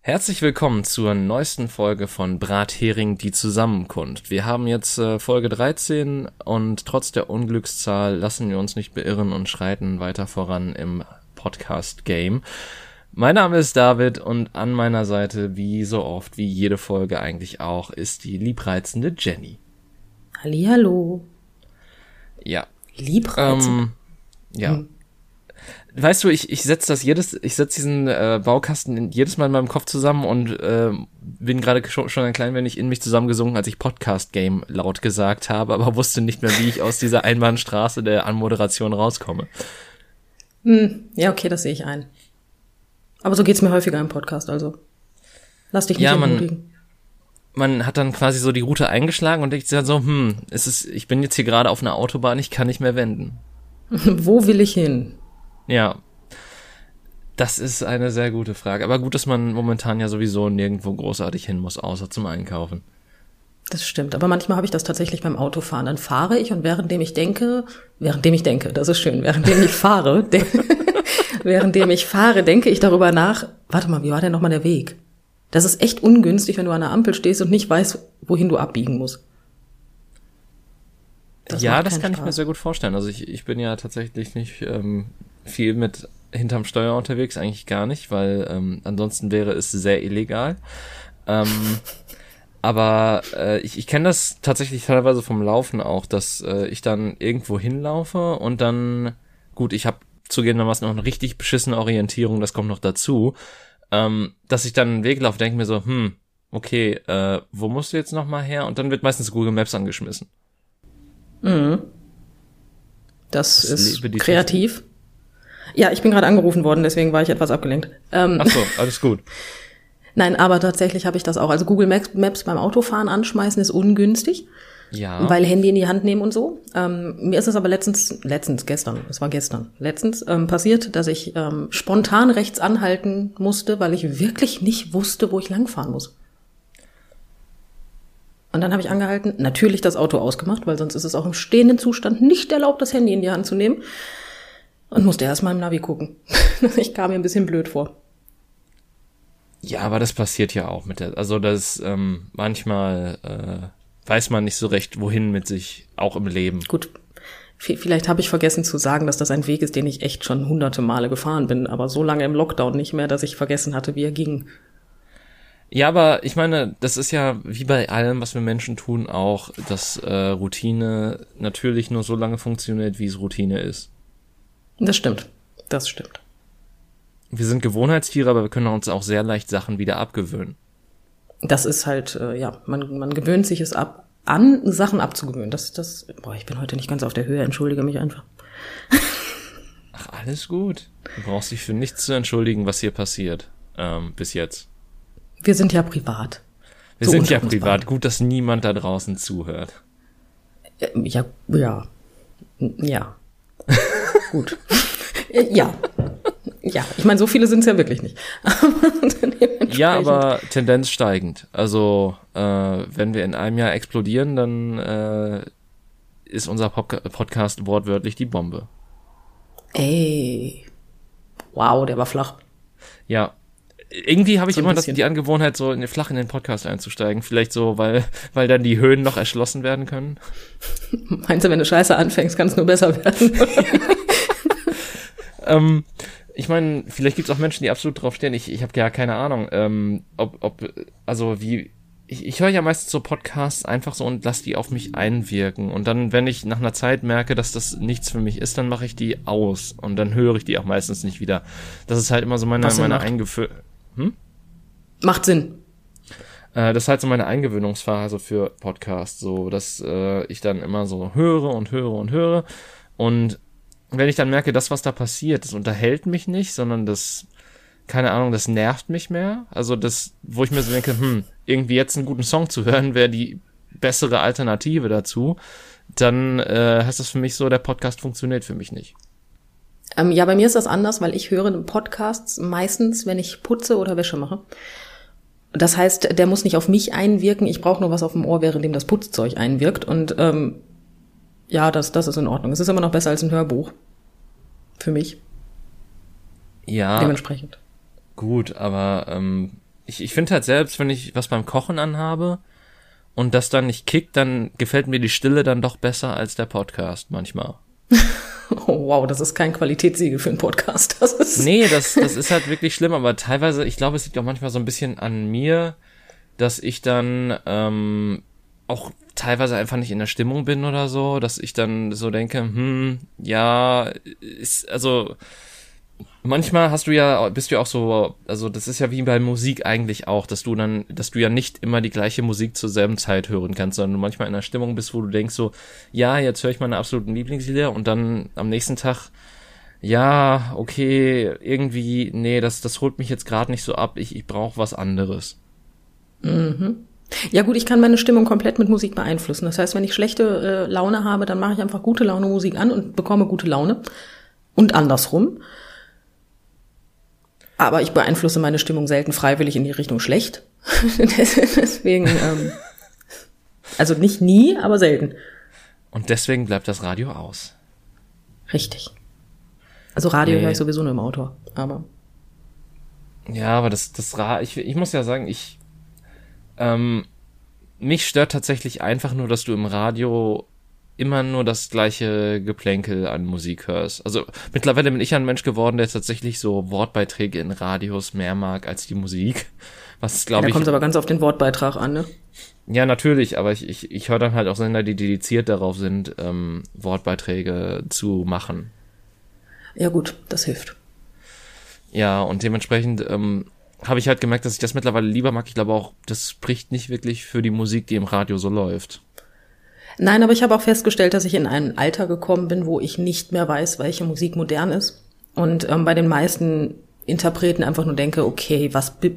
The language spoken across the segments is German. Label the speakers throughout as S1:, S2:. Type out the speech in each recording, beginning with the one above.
S1: Herzlich willkommen zur neuesten Folge von Brathering, die Zusammenkunft. Wir haben jetzt Folge 13 und trotz der Unglückszahl lassen wir uns nicht beirren und schreiten weiter voran im Podcast-Game. Mein Name ist David und an meiner Seite, wie so oft, wie jede Folge eigentlich auch, ist die liebreizende Jenny.
S2: Hallihallo.
S1: Ja.
S2: Liebreizend?
S1: Ja. Weißt du, ich setze diesen Baukasten jedes Mal in meinem Kopf zusammen und bin gerade schon ein klein wenig in mich zusammengesunken, als ich Podcast-Game laut gesagt habe, aber wusste nicht mehr, wie ich aus dieser Einbahnstraße der Anmoderation rauskomme.
S2: Ja, okay, das sehe ich ein. Aber so geht's mir häufiger im Podcast, also lass dich nicht entmutigen.
S1: Man hat dann quasi so die Route eingeschlagen und denkt sich dann so, ich bin jetzt hier gerade auf einer Autobahn, ich kann nicht mehr wenden.
S2: Wo will ich hin?
S1: Ja, das ist eine sehr gute Frage. Aber gut, dass man momentan ja sowieso nirgendwo großartig hin muss, außer zum Einkaufen.
S2: Das stimmt, aber manchmal habe ich das tatsächlich beim Autofahren. Dann fahre ich und währenddem ich denke, das ist schön, währenddem ich fahre, denke ich darüber nach, warte mal, wie war denn nochmal der Weg? Das ist echt ungünstig, wenn du an der Ampel stehst und nicht weißt, wohin du abbiegen musst. Das kann ich mir sehr gut vorstellen. Also ich bin ja tatsächlich nicht viel mit hinterm Steuer unterwegs, eigentlich gar nicht, weil ansonsten wäre es sehr illegal. Aber ich kenne das tatsächlich teilweise vom Laufen auch, dass ich dann irgendwo hinlaufe und dann, gut, ich habe zugegebenermaßen noch eine richtig beschissene Orientierung, das kommt noch dazu, dass ich dann einen Weg laufe, denke mir so, okay, wo musst du jetzt nochmal her? Und dann wird meistens Google Maps angeschmissen. Das ist kreativ. Ja, ich bin gerade angerufen worden, deswegen war ich etwas abgelenkt.
S1: Ach so, alles gut.
S2: Nein, aber tatsächlich habe ich das auch. Also Google Maps beim Autofahren anschmeißen ist ungünstig.
S1: Ja.
S2: Weil Handy in die Hand nehmen und so. Mir ist es aber letztens passiert, dass ich spontan rechts anhalten musste, weil ich wirklich nicht wusste, wo ich langfahren muss. Und dann habe ich angehalten, natürlich das Auto ausgemacht, weil sonst ist es auch im stehenden Zustand nicht erlaubt, das Handy in die Hand zu nehmen. Und musste erst mal im Navi gucken. Ich kam mir ein bisschen blöd vor.
S1: Ja, aber das passiert ja auch manchmal weiß man nicht so recht, wohin mit sich, auch im Leben.
S2: Gut, vielleicht habe ich vergessen zu sagen, dass das ein Weg ist, den ich echt schon hunderte Male gefahren bin, aber so lange im Lockdown nicht mehr, dass ich vergessen hatte, wie er ging.
S1: Ja, aber ich meine, das ist ja wie bei allem, was wir Menschen tun, auch, dass Routine natürlich nur so lange funktioniert, wie es Routine ist.
S2: Das stimmt.
S1: Wir sind Gewohnheitstiere, aber wir können uns auch sehr leicht Sachen wieder abgewöhnen.
S2: Das ist halt, man gewöhnt sich es an, Sachen abzugewöhnen. Ich bin heute nicht ganz auf der Höhe, entschuldige mich einfach.
S1: Ach, alles gut. Du brauchst dich für nichts zu entschuldigen, was hier passiert, bis jetzt.
S2: Wir sind ja privat.
S1: Wir sind ja privat. Gut, dass niemand da draußen zuhört.
S2: Ja. Gut. Ja. Ja, ich meine, so viele sind es ja wirklich nicht.
S1: Ja, aber Tendenz steigend. Also, wenn wir in einem Jahr explodieren, dann ist unser Podcast wortwörtlich die Bombe.
S2: Ey. Wow, der war flach.
S1: Ja. Irgendwie habe ich so immer die Angewohnheit, so flach in den Podcast einzusteigen. Vielleicht so, weil dann die Höhen noch erschlossen werden können.
S2: Meinst du, wenn du Scheiße anfängst, kann es nur besser werden?
S1: Ich meine, vielleicht gibt es auch Menschen, die absolut drauf stehen. Ich habe ja keine Ahnung, ich höre ja meistens so Podcasts einfach so und lasse die auf mich einwirken. Und dann, wenn ich nach einer Zeit merke, dass das nichts für mich ist, dann mache ich die aus. Und dann höre ich die auch meistens nicht wieder. Das ist halt immer so meine Eingewöhnung.
S2: Macht Sinn.
S1: Das ist halt so meine Eingewöhnungsphase für Podcasts, so dass ich dann immer so höre. Und wenn ich dann merke, das, was da passiert, das unterhält mich nicht, sondern das nervt mich mehr. Also das, wo ich mir so denke, irgendwie jetzt einen guten Song zu hören, wäre die bessere Alternative dazu, dann heißt das für mich so, der Podcast funktioniert für mich nicht.
S2: Ja, bei mir ist das anders, weil ich höre Podcasts meistens, wenn ich putze oder Wäsche mache. Das heißt, der muss nicht auf mich einwirken, ich brauche nur was auf dem Ohr, währenddem das Putzzeug einwirkt. Und das ist in Ordnung. Es ist immer noch besser als ein Hörbuch. Für mich.
S1: Ja.
S2: Dementsprechend.
S1: Gut, aber
S2: ich finde halt selbst, wenn ich was beim Kochen anhabe und das dann nicht kickt, dann gefällt mir die Stille dann doch besser als der Podcast manchmal.
S3: Oh, wow, das ist kein Qualitätssiegel für einen Podcast. Das
S2: ist halt wirklich schlimm, aber teilweise, ich glaube, es liegt auch manchmal so ein bisschen an mir, dass ich dann auch teilweise einfach nicht in der Stimmung bin oder so, dass ich dann so denke, ja, also manchmal bist du ja auch so, also das ist ja wie bei Musik eigentlich auch, dass du ja nicht immer die gleiche Musik zur selben Zeit hören kannst, sondern du manchmal in einer Stimmung bist, wo du denkst so, ja, jetzt höre ich meine absoluten Lieblingslieder und dann am nächsten Tag, ja, okay, irgendwie, nee, das holt mich jetzt gerade nicht so ab, ich brauche was anderes.
S3: Mhm. Ja gut, ich kann meine Stimmung komplett mit Musik beeinflussen. Das heißt, wenn ich schlechte Laune habe, dann mache ich einfach gute Laune Musik an und bekomme gute Laune. Und andersrum. Aber ich beeinflusse meine Stimmung selten freiwillig in die Richtung schlecht. Deswegen, also nicht nie, aber selten.
S2: Und deswegen bleibt das Radio aus.
S3: Richtig. Also Radio höre ich sowieso nur im Auto, aber.
S2: Ja, aber ich muss ja sagen, mich stört tatsächlich einfach nur, dass du im Radio immer nur das gleiche Geplänkel an Musik hörst. Also mittlerweile bin ich ein Mensch geworden, der tatsächlich so Wortbeiträge in Radios mehr mag als die Musik. Was glaube ich.
S3: Da kommt es aber ganz auf den Wortbeitrag an, ne?
S2: Ja, natürlich, aber ich höre dann halt auch Sender, die dediziert darauf sind, Wortbeiträge zu machen.
S3: Ja gut, das hilft.
S2: Ja, und dementsprechend habe ich halt gemerkt, dass ich das mittlerweile lieber mag. Ich glaube auch, das spricht nicht wirklich für die Musik, die im Radio so läuft.
S3: Nein, aber ich habe auch festgestellt, dass ich in ein Alter gekommen bin, wo ich nicht mehr weiß, welche Musik modern ist. Und bei den meisten Interpreten einfach nur denke, okay,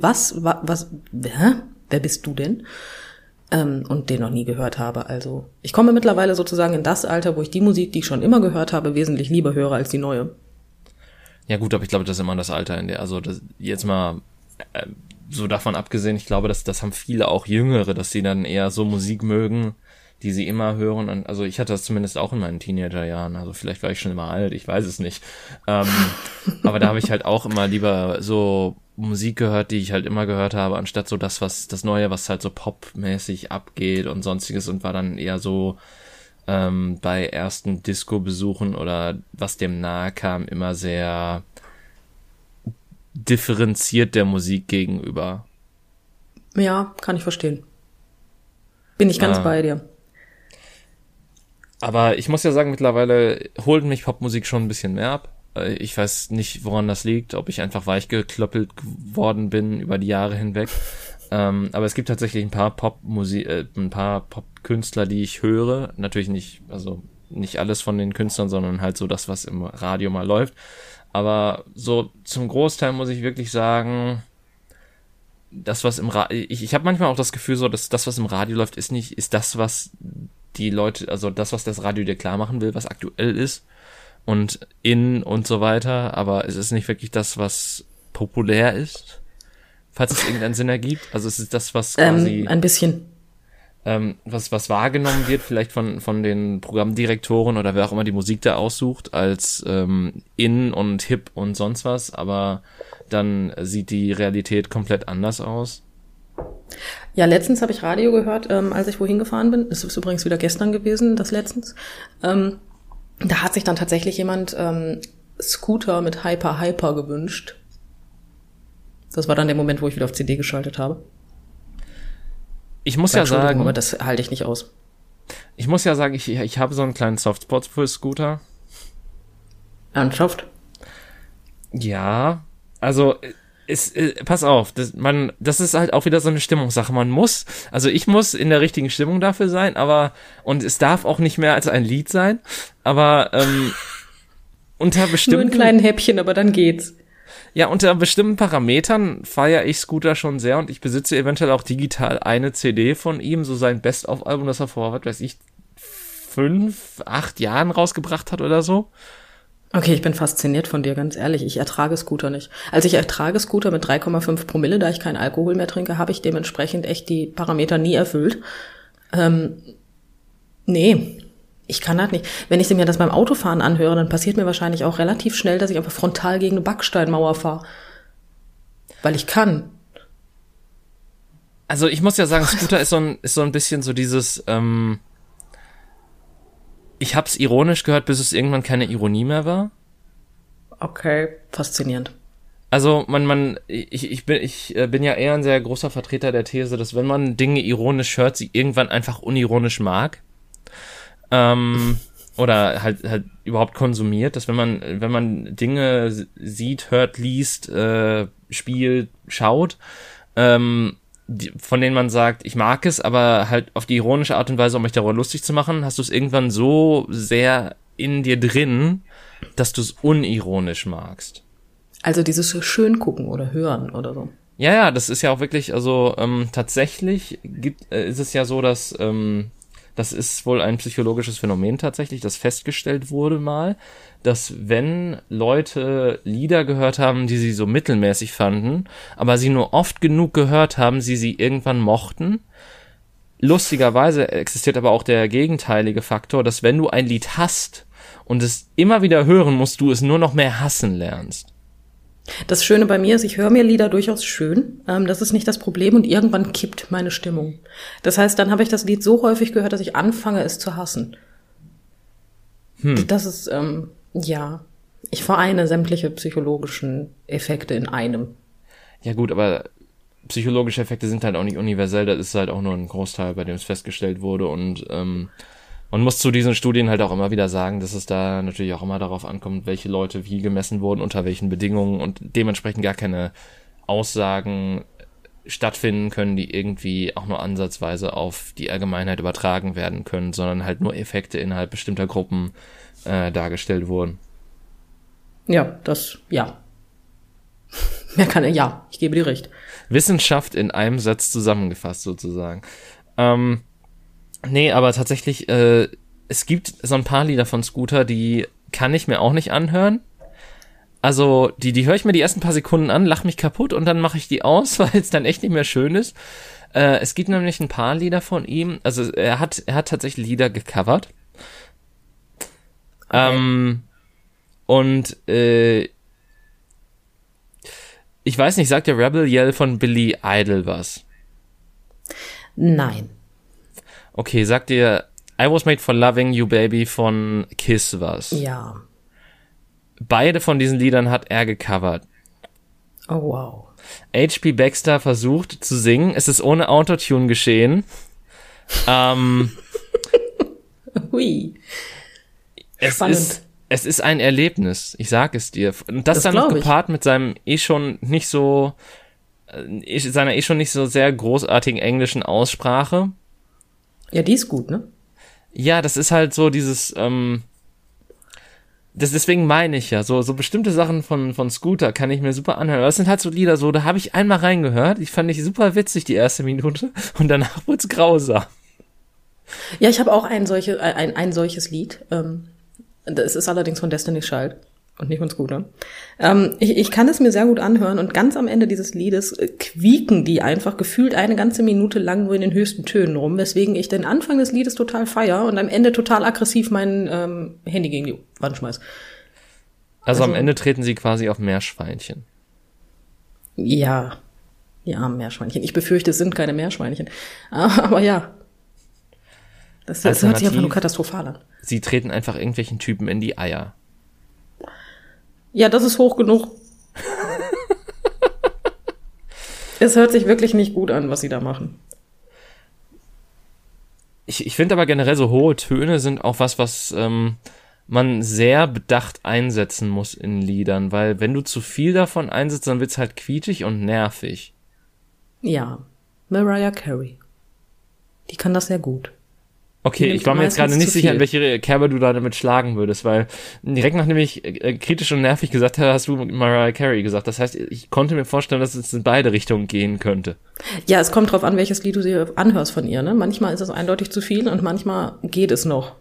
S3: wer bist du denn? Und den noch nie gehört habe. Also ich komme mittlerweile sozusagen in das Alter, wo ich die Musik, die ich schon immer gehört habe, wesentlich lieber höre als die neue.
S2: Ja gut, aber ich glaube, das ist immer das Alter, also das, jetzt mal so davon abgesehen, ich glaube, das haben viele auch Jüngere, dass sie dann eher so Musik mögen, die sie immer hören. Und, also ich hatte das zumindest auch in meinen Teenagerjahren, also vielleicht war ich schon immer alt, ich weiß es nicht. Aber da habe ich halt auch immer lieber so Musik gehört, die ich halt immer gehört habe, anstatt so das Neue, was halt so popmäßig abgeht und sonstiges, und war dann eher so bei ersten Disco-Besuchen oder was dem nahe kam, immer sehr differenziert der Musik gegenüber.
S3: Ja, kann ich verstehen. Bin ich ganz bei dir.
S2: Aber ich muss ja sagen, mittlerweile holt mich Popmusik schon ein bisschen mehr ab. Ich weiß nicht, woran das liegt, ob ich einfach weichgeklöppelt worden bin über die Jahre hinweg. Aber es gibt tatsächlich ein paar Popkünstler, die ich höre. Natürlich nicht, also nicht alles von den Künstlern, sondern halt so das, was im Radio mal läuft. Aber so zum Großteil muss ich wirklich sagen, das, was im Radio, ich habe manchmal auch das Gefühl so, dass das, was im Radio läuft, ist das, was die Leute, also das, was das Radio dir klar machen will, was aktuell ist und in und so weiter. Aber es ist nicht wirklich das, was populär ist. Falls es irgendeinen Sinn ergibt. Also es ist das, was quasi
S3: ein bisschen
S2: was wahrgenommen wird, vielleicht von den Programmdirektoren oder wer auch immer die Musik da aussucht, als in und hip und sonst was, aber dann sieht die Realität komplett anders aus.
S3: Ja, letztens habe ich Radio gehört, als ich wohin gefahren bin. Es ist übrigens wieder gestern gewesen, das letztens. Da hat sich dann tatsächlich jemand Scooter mit Hyper gewünscht. Das war dann der Moment, wo ich wieder auf CD geschaltet habe.
S2: Ich muss ja sagen,
S3: aber das halte ich nicht aus.
S2: Ich muss ja sagen, ich habe so einen kleinen Softspot für Scooter.
S3: Ernsthaft?
S2: Ja, also pass auf, das ist halt auch wieder so eine Stimmungssache. Ich muss in der richtigen Stimmung dafür sein, und es darf auch nicht mehr als ein Lied sein, aber unter bestimmten...
S3: Nur in kleinen Häppchen, aber dann geht's.
S2: Ja, unter bestimmten Parametern feiere ich Scooter schon sehr, und ich besitze eventuell auch digital eine CD von ihm, so sein Best-of-Album, das er vor, was weiß ich, 5-8 Jahren rausgebracht hat oder so.
S3: Okay, ich bin fasziniert von dir, ganz ehrlich. Ich ertrage Scooter nicht. Also ich ertrage Scooter mit 3,5 Promille, da ich keinen Alkohol mehr trinke, habe ich dementsprechend echt die Parameter nie erfüllt. Nee, ich kann das nicht. Wenn ich mir das beim Autofahren anhöre, dann passiert mir wahrscheinlich auch relativ schnell, dass ich einfach frontal gegen eine Backsteinmauer fahre. Weil ich kann.
S2: Also ich muss ja sagen, Scooter ist so ein bisschen so dieses, ich hab's ironisch gehört, bis es irgendwann keine Ironie mehr war.
S3: Okay, faszinierend.
S2: Also ich bin ja eher ein sehr großer Vertreter der These, dass wenn man Dinge ironisch hört, sie irgendwann einfach unironisch mag. Oder halt überhaupt konsumiert, dass wenn man Dinge sieht, hört, liest, spielt, schaut, von denen man sagt, ich mag es, aber halt auf die ironische Art und Weise, um mich darüber lustig zu machen, hast du es irgendwann so sehr in dir drin, dass du es unironisch magst.
S3: Also dieses schön gucken oder hören oder so.
S2: Ja, das ist ja auch wirklich, also tatsächlich ist es ja so, dass das ist wohl ein psychologisches Phänomen tatsächlich, das festgestellt wurde mal, dass wenn Leute Lieder gehört haben, die sie so mittelmäßig fanden, aber sie nur oft genug gehört haben, sie irgendwann mochten. Lustigerweise existiert aber auch der gegenteilige Faktor, dass wenn du ein Lied hast und es immer wieder hören musst, du es nur noch mehr hassen lernst.
S3: Das Schöne bei mir ist, ich höre mir Lieder durchaus schön. Das ist nicht das Problem und irgendwann kippt meine Stimmung. Das heißt, dann habe ich das Lied so häufig gehört, dass ich anfange, es zu hassen. Das ist, ja, ich vereine sämtliche psychologischen Effekte in einem.
S2: Ja gut, aber psychologische Effekte sind halt auch nicht universell, das ist halt auch nur ein Großteil, bei dem es festgestellt wurde und man muss zu diesen Studien halt auch immer wieder sagen, dass es da natürlich auch immer darauf ankommt, welche Leute wie gemessen wurden, unter welchen Bedingungen und dementsprechend gar keine Aussagen stattfinden können, die irgendwie auch nur ansatzweise auf die Allgemeinheit übertragen werden können, sondern halt nur Effekte innerhalb bestimmter Gruppen dargestellt wurden.
S3: Ja, ja. Mehr kann ja, ich gebe dir recht.
S2: Wissenschaft in einem Satz zusammengefasst sozusagen. Nee, aber tatsächlich, es gibt so ein paar Lieder von Scooter, die kann ich mir auch nicht anhören. Also, die höre ich mir die ersten paar Sekunden an, lach mich kaputt und dann mache ich die aus, weil es dann echt nicht mehr schön ist. Es gibt nämlich ein paar Lieder von ihm, also er hat tatsächlich Lieder gecovert. Okay. Und ich weiß nicht, sagt der Rebel Yell von Billy Idol was?
S3: Nein.
S2: Okay, sagt dir I Was Made for Loving You Baby von Kiss was?
S3: Ja.
S2: Beide von diesen Liedern hat er gecovert.
S3: Oh wow.
S2: H.P. Baxter versucht zu singen, es ist ohne Autotune geschehen.
S3: Hui.
S2: Spannend. Es ist ein Erlebnis, ich sag es dir. Und das dann noch gepaart mit seinem schon nicht so sehr großartigen englischen Aussprache.
S3: Ja, die ist gut, ne?
S2: Ja, das ist halt so dieses, deswegen meine ich ja, so bestimmte Sachen von Scooter kann ich mir super anhören. Aber das sind halt so Lieder, so, da habe ich einmal reingehört, ich fand ich super witzig die erste Minute und danach wird's grausam.
S3: Ja, ich habe auch ein solches Lied. Das ist allerdings von Destiny's Child und nicht von Scooter. Ich kann es mir sehr gut anhören und ganz am Ende dieses Liedes quieken die einfach gefühlt eine ganze Minute lang nur in den höchsten Tönen rum, weswegen ich den Anfang des Liedes total feier und am Ende total aggressiv mein Handy gegen die Wand schmeiß.
S2: Also am Ende treten sie quasi auf Meerschweinchen.
S3: Ja, Meerschweinchen. Ich befürchte, es sind keine Meerschweinchen. Aber ja. Das hört sich einfach nur katastrophal an.
S2: Sie treten einfach irgendwelchen Typen in die Eier.
S3: Ja, das ist hoch genug. Es hört sich wirklich nicht gut an, was sie da machen.
S2: Ich finde aber generell so hohe Töne sind auch was man sehr bedacht einsetzen muss in Liedern, weil wenn du zu viel davon einsetzt, dann wird's halt quietschig und nervig.
S3: Ja, Mariah Carey. Die kann das sehr gut.
S2: Okay, ich war mir jetzt gerade nicht sicher, in welche Kerbe du da damit schlagen würdest, weil direkt nachdem ich kritisch und nervig gesagt habe, hast du Mariah Carey gesagt. Das heißt, ich konnte mir vorstellen, dass es in beide Richtungen gehen könnte.
S3: Ja, es kommt drauf an, welches Lied du dir anhörst von ihr, ne? Manchmal ist es eindeutig zu viel und manchmal geht es noch.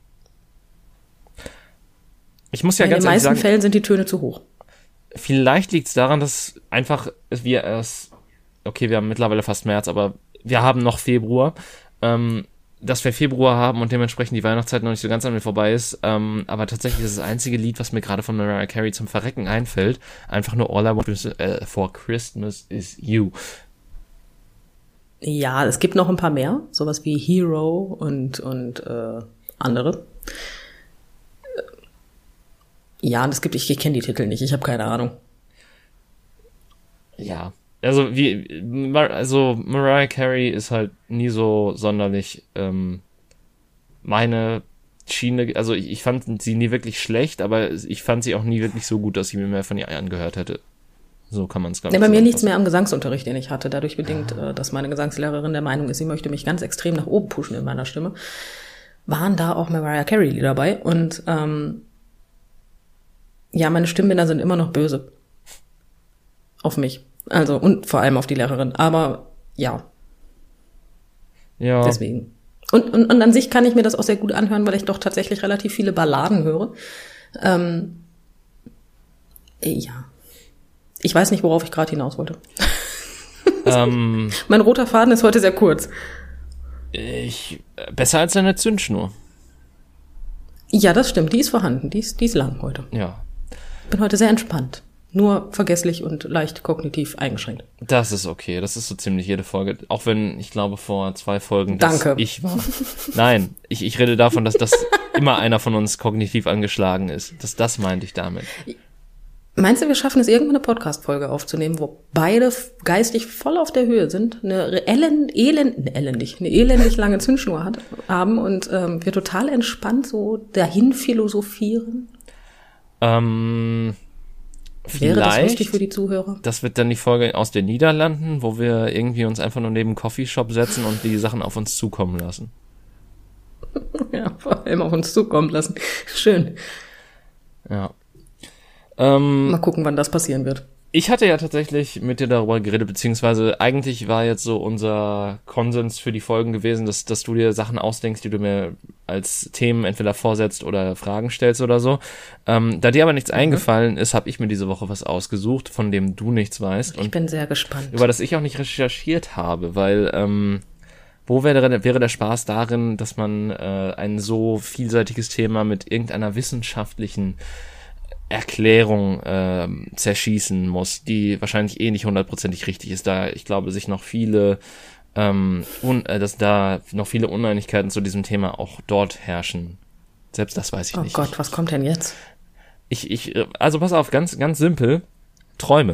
S2: Ich muss ja
S3: ganz ehrlich sagen, in den meisten Fällen sind die Töne zu hoch.
S2: Vielleicht liegt es daran, dass einfach wir haben mittlerweile fast März, aber wir haben noch Februar, dass wir Februar haben und dementsprechend die Weihnachtszeit noch nicht so ganz an mir vorbei ist, aber tatsächlich ist das einzige Lied, was mir gerade von Mariah Carey zum Verrecken einfällt, einfach nur All I Want for Christmas is You.
S3: Ja, es gibt noch ein paar mehr, sowas wie Hero und andere. Ja, und ich kenne die Titel nicht, ich habe keine Ahnung.
S1: Ja, also Mariah Carey ist halt nie so sonderlich meine Schiene, also ich fand sie nie wirklich schlecht, aber ich fand sie auch nie wirklich so gut, dass ich mir mehr von ihr angehört hätte. So kann man es gar nicht
S3: bei mir nichts mehr am Gesangsunterricht, den ich hatte, dadurch bedingt, dass meine Gesangslehrerin der Meinung ist, sie möchte mich ganz extrem nach oben pushen in meiner Stimme, waren da auch Mariah Carey Lieder dabei und ja, meine Stimmbänder sind immer noch böse. Auf mich. Also, und vor allem auf die Lehrerin. Aber ja.
S1: Ja.
S3: Deswegen. Und an sich kann ich mir das auch sehr gut anhören, weil ich doch tatsächlich relativ viele Balladen höre. Ja. Ich weiß nicht, worauf ich gerade hinaus wollte. Mein roter Faden ist heute sehr kurz.
S1: Besser als eine Zündschnur.
S3: Ja, das stimmt. Die ist vorhanden. Die ist lang heute.
S1: Ja.
S3: Ich bin heute sehr entspannt. Nur vergesslich und leicht kognitiv eingeschränkt.
S1: Das ist okay. Das ist so ziemlich jede Folge. Auch wenn, ich glaube, vor 2 Folgen
S3: Danke.
S1: Ich war. Nein, ich rede davon, dass das immer einer von uns kognitiv angeschlagen ist. Das meinte ich damit.
S3: Meinst du, wir schaffen es, irgendwann eine Podcast-Folge aufzunehmen, wo beide geistig voll auf der Höhe sind, eine elendig lange Zündschnur haben und wir total entspannt so dahin philosophieren? Wäre das lustig für die Zuhörer?
S1: Das wird dann die Folge aus den Niederlanden, wo wir irgendwie uns einfach nur neben einen Coffeeshop setzen und die Sachen auf uns zukommen lassen.
S3: Ja, vor allem auf uns zukommen lassen. Schön.
S1: Ja.
S3: Mal gucken, wann das passieren wird.
S1: Ich hatte ja tatsächlich mit dir darüber geredet, beziehungsweise eigentlich war jetzt so unser Konsens für die Folgen gewesen, dass du dir Sachen ausdenkst, die du mir als Themen entweder vorsetzt oder Fragen stellst oder so. Da dir aber nichts eingefallen ist, habe ich mir diese Woche was ausgesucht, von dem du nichts weißt.
S3: Ich bin sehr gespannt.
S1: Über das ich auch nicht recherchiert habe, weil wo wäre der Spaß darin, dass man ein so vielseitiges Thema mit irgendeiner wissenschaftlichen Erklärung zerschießen muss, die wahrscheinlich nicht 100% richtig ist, da ich glaube, sich noch viele dass da noch viele Uneinigkeiten zu diesem Thema auch dort herrschen. Selbst das weiß ich nicht.
S3: Oh Gott, was kommt denn jetzt?
S1: Also pass auf, ganz, ganz simpel. Träume.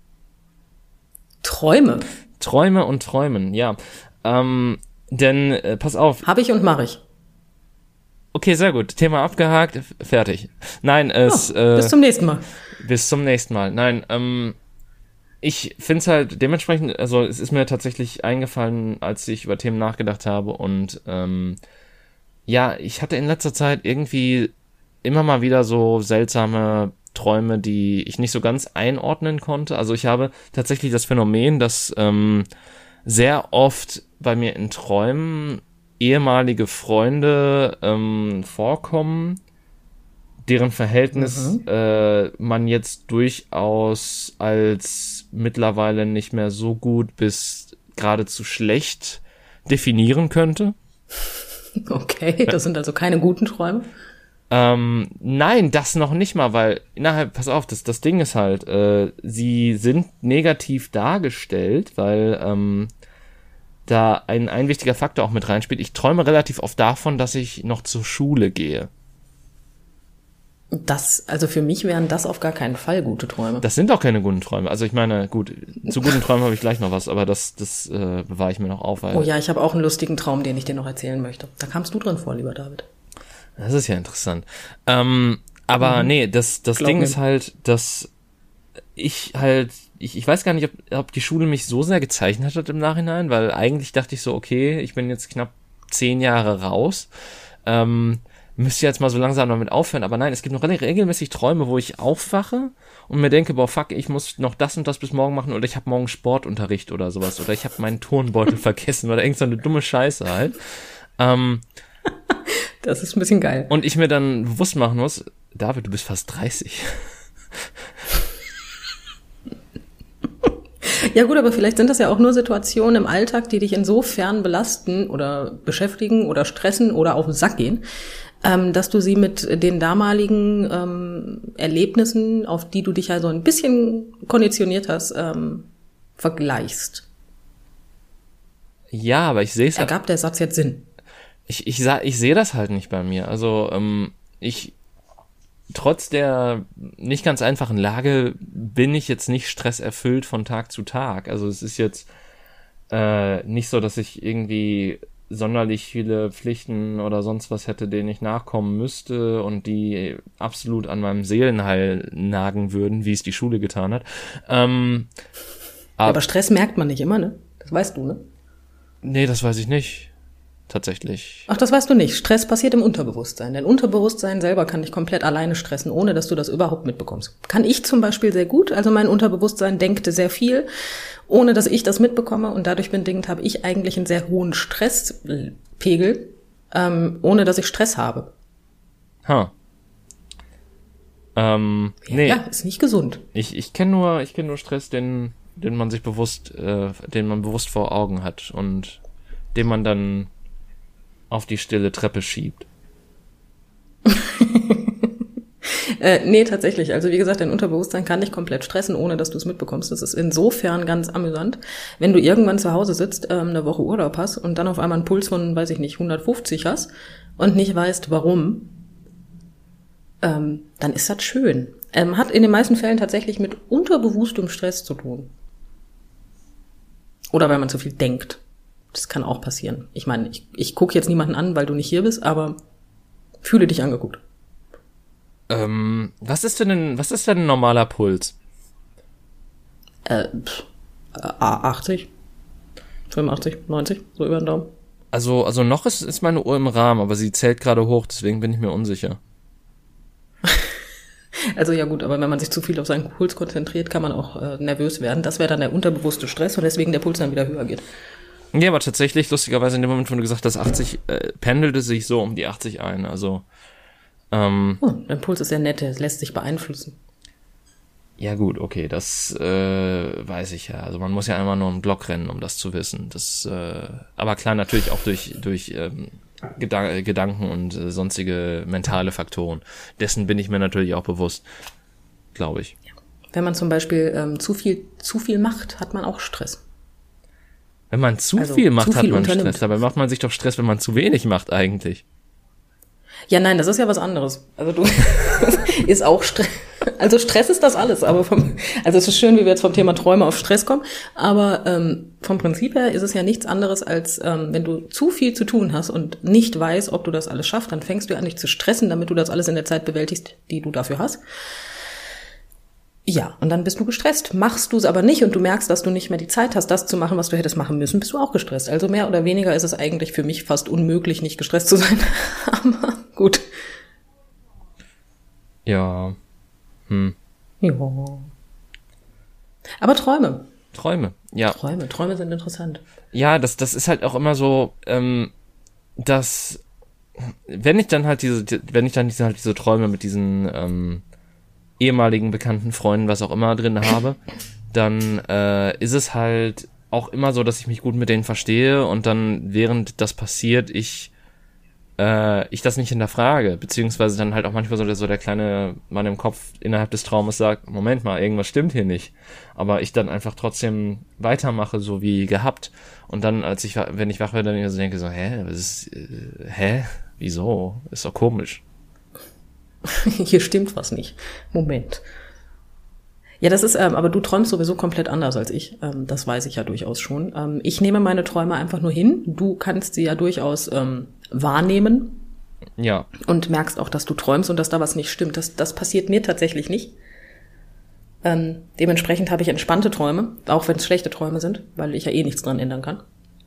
S3: Träume?
S1: Träume und Träumen, ja. Denn, pass auf.
S3: Hab ich und mache ich.
S1: Okay, sehr gut. Thema abgehakt, fertig. Nein,
S3: bis zum nächsten Mal.
S1: Bis zum nächsten Mal. Nein, ich find's halt dementsprechend, also es ist mir tatsächlich eingefallen, als ich über Themen nachgedacht habe und ja, ich hatte in letzter Zeit irgendwie immer mal wieder so seltsame Träume, die ich nicht so ganz einordnen konnte. Also ich habe tatsächlich das Phänomen, dass sehr oft bei mir in Träumen ehemalige Freunde vorkommen, deren Verhältnis man jetzt durchaus als mittlerweile nicht mehr so gut bis geradezu schlecht definieren könnte.
S3: Okay, das sind also keine guten Träume?
S1: Nein, das noch nicht mal, weil pass auf, das Ding ist halt, sie sind negativ dargestellt, weil da ein wichtiger Faktor auch mit reinspielt. Ich träume relativ oft davon, dass ich noch zur Schule gehe.
S3: Also für mich wären das auf gar keinen Fall gute Träume.
S1: Das sind auch keine guten Träume. Also ich meine, gut, zu guten Träumen habe ich gleich noch was, aber das bewahre ich mir noch auf. Weil
S3: oh ja, ich habe auch einen lustigen Traum, den ich dir noch erzählen möchte. Da kamst du drin vor, lieber David.
S1: Das ist ja interessant. Aber nee, das Ding ist halt, dass ich weiß gar nicht, ob die Schule mich so sehr gezeichnet hat im Nachhinein, weil eigentlich dachte ich so, okay, ich bin jetzt knapp 10 Jahre raus, müsste jetzt mal so langsam damit aufhören, aber nein, es gibt noch regelmäßig Träume, wo ich aufwache und mir denke, boah, fuck, ich muss noch das und das bis morgen machen oder ich habe morgen Sportunterricht oder sowas oder ich habe meinen Turnbeutel vergessen oder irgend so eine dumme Scheiße halt.
S3: Das ist ein bisschen geil.
S1: Und ich mir dann bewusst machen muss, David, du bist fast 30.
S3: Ja gut, aber vielleicht sind das ja auch nur Situationen im Alltag, die dich insofern belasten oder beschäftigen oder stressen oder auf den Sack gehen, dass du sie mit den damaligen Erlebnissen, auf die du dich ja so ein bisschen konditioniert hast, vergleichst.
S1: Ja, aber ich sehe es halt.
S3: Ergab der Satz jetzt Sinn?
S1: Ich sehe das halt nicht bei mir. Also, trotz der nicht ganz einfachen Lage bin ich jetzt nicht stresserfüllt von Tag zu Tag. Also es ist jetzt nicht so, dass ich irgendwie sonderlich viele Pflichten oder sonst was hätte, denen ich nachkommen müsste und die absolut an meinem Seelenheil nagen würden, wie es die Schule getan hat.
S3: Aber Stress merkt man nicht immer, ne? Das weißt du, ne?
S1: Nee, das weiß ich nicht. Tatsächlich.
S3: Ach, das weißt du nicht. Stress passiert im Unterbewusstsein. Dein Unterbewusstsein selber kann dich komplett alleine stressen, ohne dass du das überhaupt mitbekommst. Kann ich zum Beispiel sehr gut. Also mein Unterbewusstsein denkt sehr viel, ohne dass ich das mitbekomme. Und dadurch bedingt habe ich eigentlich einen sehr hohen Stresspegel, ohne dass ich Stress habe.
S1: Nee.
S3: Ja, ist nicht gesund.
S1: Ich kenne nur Stress, den man sich bewusst vor Augen hat und den man dann auf die stille Treppe schiebt.
S3: Nee, tatsächlich. Also wie gesagt, dein Unterbewusstsein kann dich komplett stressen, ohne dass du es mitbekommst. Das ist insofern ganz amüsant, wenn du irgendwann zu Hause sitzt, eine Woche Urlaub hast und dann auf einmal einen Puls von, weiß ich nicht, 150 hast und nicht weißt, warum, dann ist das schön. Hat in den meisten Fällen tatsächlich mit unterbewusstem Stress zu tun. Oder weil man zu viel denkt. Das kann auch passieren. Ich meine, ich gucke jetzt niemanden an, weil du nicht hier bist, aber fühle dich angeguckt.
S1: Was ist denn ein normaler Puls?
S3: 80, 85, 90, so über den Daumen.
S1: Also noch ist meine Uhr im Rahmen, aber sie zählt gerade hoch, deswegen bin ich mir unsicher.
S3: Also ja gut, aber wenn man sich zu viel auf seinen Puls konzentriert, kann man auch nervös werden. Das wäre dann der unterbewusste Stress und deswegen der Puls dann wieder höher geht.
S1: Ja, aber tatsächlich, lustigerweise, in dem Moment, wo du gesagt hast, 80, pendelte sich so um die 80 ein, also
S3: dein Puls ist sehr nett, der lässt sich beeinflussen.
S1: Ja gut, okay, das weiß ich ja. Also man muss ja einmal nur einen Block rennen, um das zu wissen. Das, aber klar, natürlich auch durch Gedanken und sonstige mentale Faktoren. Dessen bin ich mir natürlich auch bewusst, glaube ich.
S3: Ja. Wenn man zum Beispiel zu viel macht, hat man auch Stress.
S1: Wenn man zu viel macht, hat man Stress. Dabei macht man sich doch Stress, wenn man zu wenig macht eigentlich.
S3: Ja, nein, das ist ja was anderes. Also du ist auch Stress. Also Stress ist das alles, aber also es ist schön, wie wir jetzt vom Thema Träume auf Stress kommen, aber vom Prinzip her ist es ja nichts anderes, als wenn du zu viel zu tun hast und nicht weißt, ob du das alles schaffst, dann fängst du an, dich zu stressen, damit du das alles in der Zeit bewältigst, die du dafür hast. Ja, und dann bist du gestresst. Machst du es aber nicht und du merkst, dass du nicht mehr die Zeit hast, das zu machen, was du hättest machen müssen, bist du auch gestresst. Also mehr oder weniger ist es eigentlich für mich fast unmöglich, nicht gestresst zu sein. Aber gut.
S1: Ja.
S3: Ja. Aber Träume,
S1: ja.
S3: Träume sind interessant.
S1: Ja, das ist halt auch immer so, dass wenn ich dann halt diese Träume mit diesen ehemaligen bekannten Freunden, was auch immer drin habe, dann ist es halt auch immer so, dass ich mich gut mit denen verstehe und dann, während das passiert, ich das nicht hinterfrage, beziehungsweise dann halt auch manchmal so der kleine Mann im Kopf innerhalb des Traumes sagt, Moment mal, irgendwas stimmt hier nicht, aber ich dann einfach trotzdem weitermache, so wie gehabt, und dann, wenn ich wach werde, dann so denke so, wieso? Ist doch komisch.
S3: Hier stimmt was nicht. Moment. Ja, das ist, aber du träumst sowieso komplett anders als ich. Das weiß ich ja durchaus schon. Ich nehme meine Träume einfach nur hin. Du kannst sie ja durchaus wahrnehmen.
S1: Ja.
S3: Und merkst auch, dass du träumst und dass da was nicht stimmt. Das passiert mir tatsächlich nicht. Dementsprechend habe ich entspannte Träume, auch wenn es schlechte Träume sind, weil ich ja eh nichts dran ändern kann.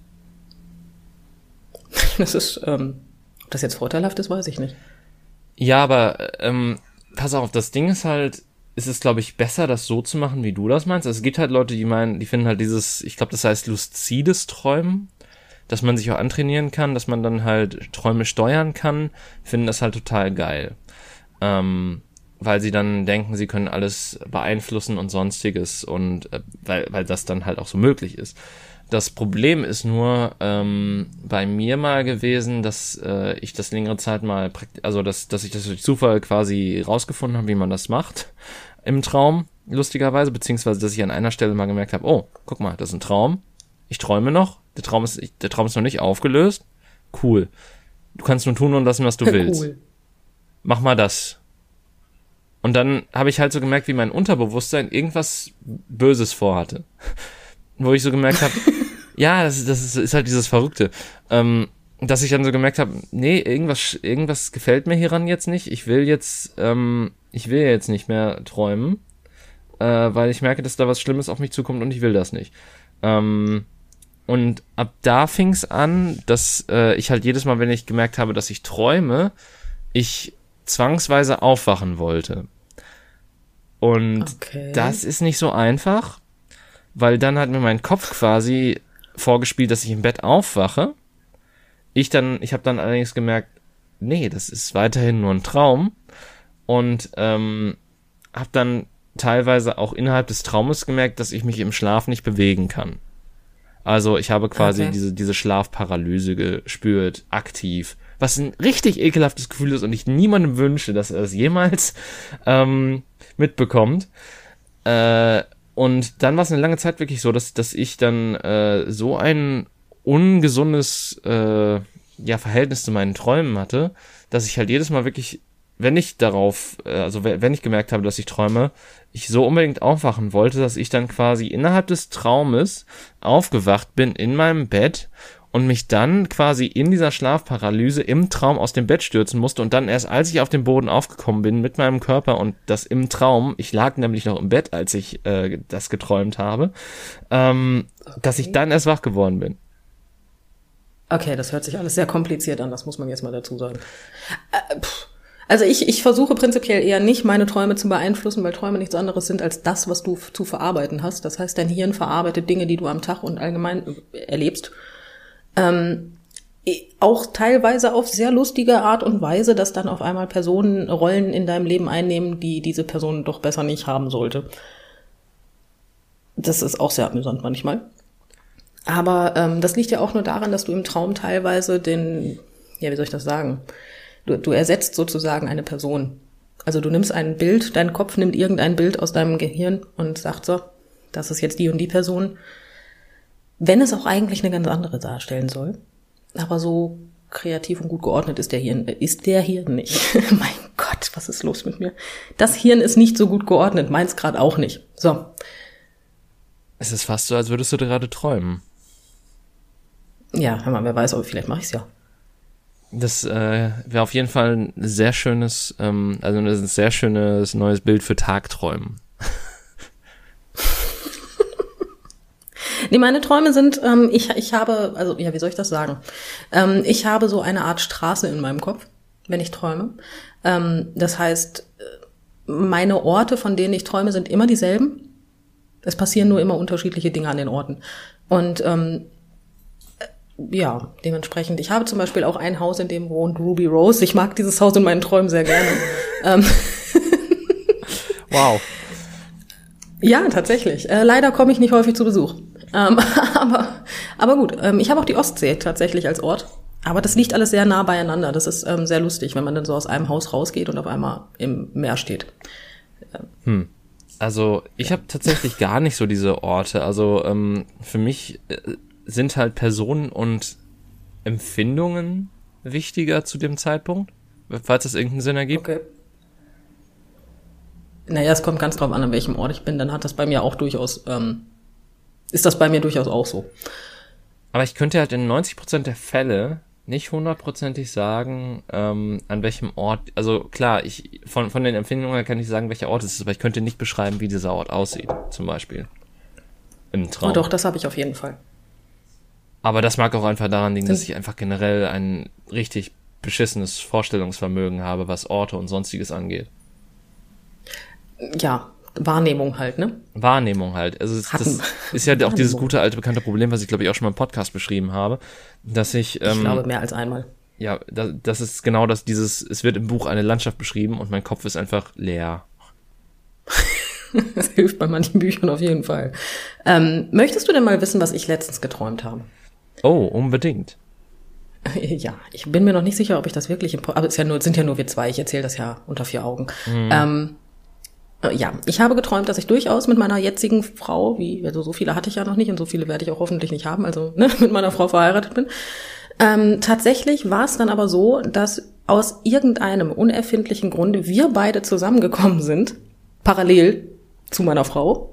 S3: Das ist, ob das jetzt vorteilhaft ist, weiß ich nicht.
S1: Ja, aber pass auf, das Ding ist halt, ist es, glaube ich, besser, das so zu machen, wie du das meinst. Also es gibt halt Leute, die meinen, die finden halt ich glaube, das heißt luzides Träumen, dass man sich auch antrainieren kann, dass man dann halt Träume steuern kann, finden das halt total geil. Weil sie dann denken, sie können alles beeinflussen und sonstiges und weil das dann halt auch so möglich ist. Das Problem ist nur bei mir mal gewesen, dass ich das längere Zeit mal, dass ich das durch Zufall quasi rausgefunden habe, wie man das macht im Traum, lustigerweise, beziehungsweise, dass ich an einer Stelle mal gemerkt habe, oh, guck mal, das ist ein Traum, ich träume noch,
S2: der Traum ist noch nicht aufgelöst. Cool. Du kannst nur tun und lassen, was du willst. Cool. Mach mal das. Und dann habe ich halt so gemerkt, wie mein Unterbewusstsein irgendwas Böses vorhatte. Wo ich so gemerkt habe, ja, das ist halt dieses Verrückte. Dass ich dann so gemerkt habe, nee, irgendwas gefällt mir hieran jetzt nicht. Ich will jetzt nicht mehr träumen, weil ich merke, dass da was Schlimmes auf mich zukommt und ich will das nicht. Und ab da fing's an, dass ich halt jedes Mal, wenn ich gemerkt habe, dass ich träume, ich zwangsweise aufwachen wollte. Und das ist nicht so einfach, weil dann hat mir mein Kopf quasi vorgespielt, dass ich im Bett aufwache. Ich habe dann allerdings gemerkt, nee, das ist weiterhin nur ein Traum und habe dann teilweise auch innerhalb des Traumes gemerkt, dass ich mich im Schlaf nicht bewegen kann. Also ich habe quasi diese Schlafparalyse gespürt, aktiv, was ein richtig ekelhaftes Gefühl ist und ich niemandem wünsche, dass er das jemals mitbekommt. Und dann war es eine lange Zeit wirklich so, dass ich dann so ein ungesundes Verhältnis zu meinen Träumen hatte, dass ich halt jedes Mal wirklich, wenn ich gemerkt habe, dass ich träume, ich so unbedingt aufwachen wollte, dass ich dann quasi innerhalb des Traumes aufgewacht bin in meinem Bett und mich dann quasi in dieser Schlafparalyse im Traum aus dem Bett stürzen musste und dann erst, als ich auf den Boden aufgekommen bin mit meinem Körper und das im Traum, ich lag nämlich noch im Bett, als ich das geträumt habe, dass ich dann erst wach geworden bin.
S3: Okay, das hört sich alles sehr kompliziert an, das muss man jetzt mal dazu sagen. Also ich versuche prinzipiell eher nicht, meine Träume zu beeinflussen, weil Träume nichts anderes sind als das, was du zu verarbeiten hast. Das heißt, dein Hirn verarbeitet Dinge, die du am Tag und allgemein erlebst. Auch teilweise auf sehr lustige Art und Weise, dass dann auf einmal Personen Rollen in deinem Leben einnehmen, die diese Person doch besser nicht haben sollte. Das ist auch sehr amüsant manchmal. Aber das liegt ja auch nur daran, dass du im Traum teilweise wie soll ich das sagen? Du ersetzt sozusagen eine Person. Also du nimmst ein Bild, dein Kopf nimmt irgendein Bild aus deinem Gehirn und sagt so, das ist jetzt die und die Person. Wenn es auch eigentlich eine ganz andere darstellen soll. Aber so kreativ und gut geordnet ist der Hirn nicht. Mein Gott, was ist los mit mir? Das Hirn ist nicht so gut geordnet, meins gerade auch nicht. So.
S2: Es ist fast so, als würdest du gerade träumen.
S3: Ja, hör mal, wer weiß, aber vielleicht mache ich's ja.
S2: Das wäre auf jeden Fall ein sehr schönes, ein sehr schönes neues Bild für Tagträumen.
S3: Nee, meine Träume sind, ich habe, also ja, wie soll ich das sagen? Ich habe so eine Art Straße in meinem Kopf, wenn ich träume. Das heißt, meine Orte, von denen ich träume, sind immer dieselben. Es passieren nur immer unterschiedliche Dinge an den Orten. Und ja, dementsprechend. Ich habe zum Beispiel auch ein Haus, in dem wohnt Ruby Rose. Ich mag dieses Haus in meinen Träumen sehr gerne.
S2: Wow.
S3: Ja, tatsächlich. Leider komme ich nicht häufig zu Besuch. Aber gut, ich habe auch die Ostsee tatsächlich als Ort. Aber das liegt alles sehr nah beieinander. Das ist sehr lustig, wenn man dann so aus einem Haus rausgeht und auf einmal im Meer steht.
S2: Also ich habe tatsächlich gar nicht so diese Orte. Also für mich sind halt Personen und Empfindungen wichtiger zu dem Zeitpunkt, falls das irgendeinen Sinn ergibt.
S3: Okay. Naja, es kommt ganz drauf an welchem Ort ich bin, dann hat das bei mir auch durchaus, ist das bei mir durchaus auch so.
S2: Aber ich könnte halt in 90% der Fälle nicht 100%ig sagen, an welchem Ort, also klar, von den Empfindungen her kann ich sagen, welcher Ort es ist, aber ich könnte nicht beschreiben, wie dieser Ort aussieht, zum Beispiel. Im Traum.
S3: Oh doch, das habe ich auf jeden Fall.
S2: Aber das mag auch einfach daran liegen, dass ich einfach generell ein richtig beschissenes Vorstellungsvermögen habe, was Orte und Sonstiges angeht.
S3: Ja, Wahrnehmung halt, ne?
S2: Wahrnehmung halt. Also das ist ja auch dieses gute alte bekannte Problem, was ich glaube ich auch schon mal im Podcast beschrieben habe, dass ich
S3: glaube mehr als einmal.
S2: Ja, das ist genau das, es wird im Buch eine Landschaft beschrieben und mein Kopf ist einfach leer.
S3: Das hilft bei manchen Büchern auf jeden Fall. Möchtest du denn mal wissen, was ich letztens geträumt habe?
S2: Oh, unbedingt.
S3: Ja, ich bin mir noch nicht sicher, ob ich das wirklich aber es sind ja nur wir zwei, ich erzähle das ja unter vier Augen. Ja, ich habe geträumt, dass ich durchaus mit meiner jetzigen Frau, also so viele hatte ich ja noch nicht und so viele werde ich auch hoffentlich nicht haben, also mit meiner Frau verheiratet bin. Tatsächlich war es dann aber so, dass aus irgendeinem unerfindlichen Grunde wir beide zusammengekommen sind, parallel zu meiner Frau.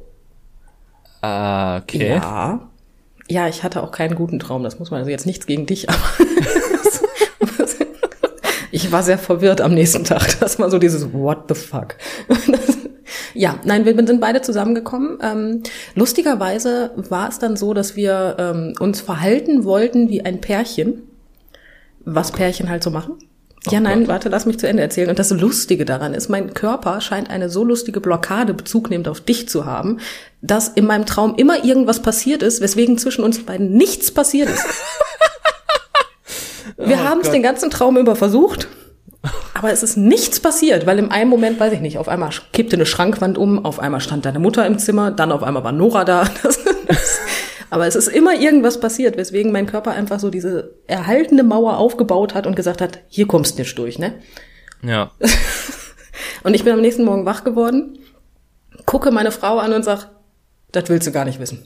S2: Okay.
S3: Ja, ich hatte auch keinen guten Traum, das muss man, also jetzt nichts gegen dich, aber ich war sehr verwirrt am nächsten Tag. Das war so dieses What the fuck? Ja, nein, wir sind beide zusammengekommen. Lustigerweise war es dann so, dass wir uns verhalten wollten wie ein Pärchen, was Pärchen halt so machen. Ja, nein, warte, lass mich zu Ende erzählen. Und das Lustige daran ist, mein Körper scheint eine so lustige Blockade bezugnehmend auf dich zu haben, dass in meinem Traum immer irgendwas passiert ist, weswegen zwischen uns beiden nichts passiert ist. Wir haben es den ganzen Traum über versucht, aber es ist nichts passiert, weil in einem Moment, weiß ich nicht, auf einmal kippte eine Schrankwand um, auf einmal stand deine Mutter im Zimmer, dann auf einmal war Nora da. Aber es ist immer irgendwas passiert, weswegen mein Körper einfach so diese erhaltene Mauer aufgebaut hat und gesagt hat, hier kommst du nicht durch, ne?
S2: Ja.
S3: Und ich bin am nächsten Morgen wach geworden, gucke meine Frau an und sag, das willst du gar nicht wissen.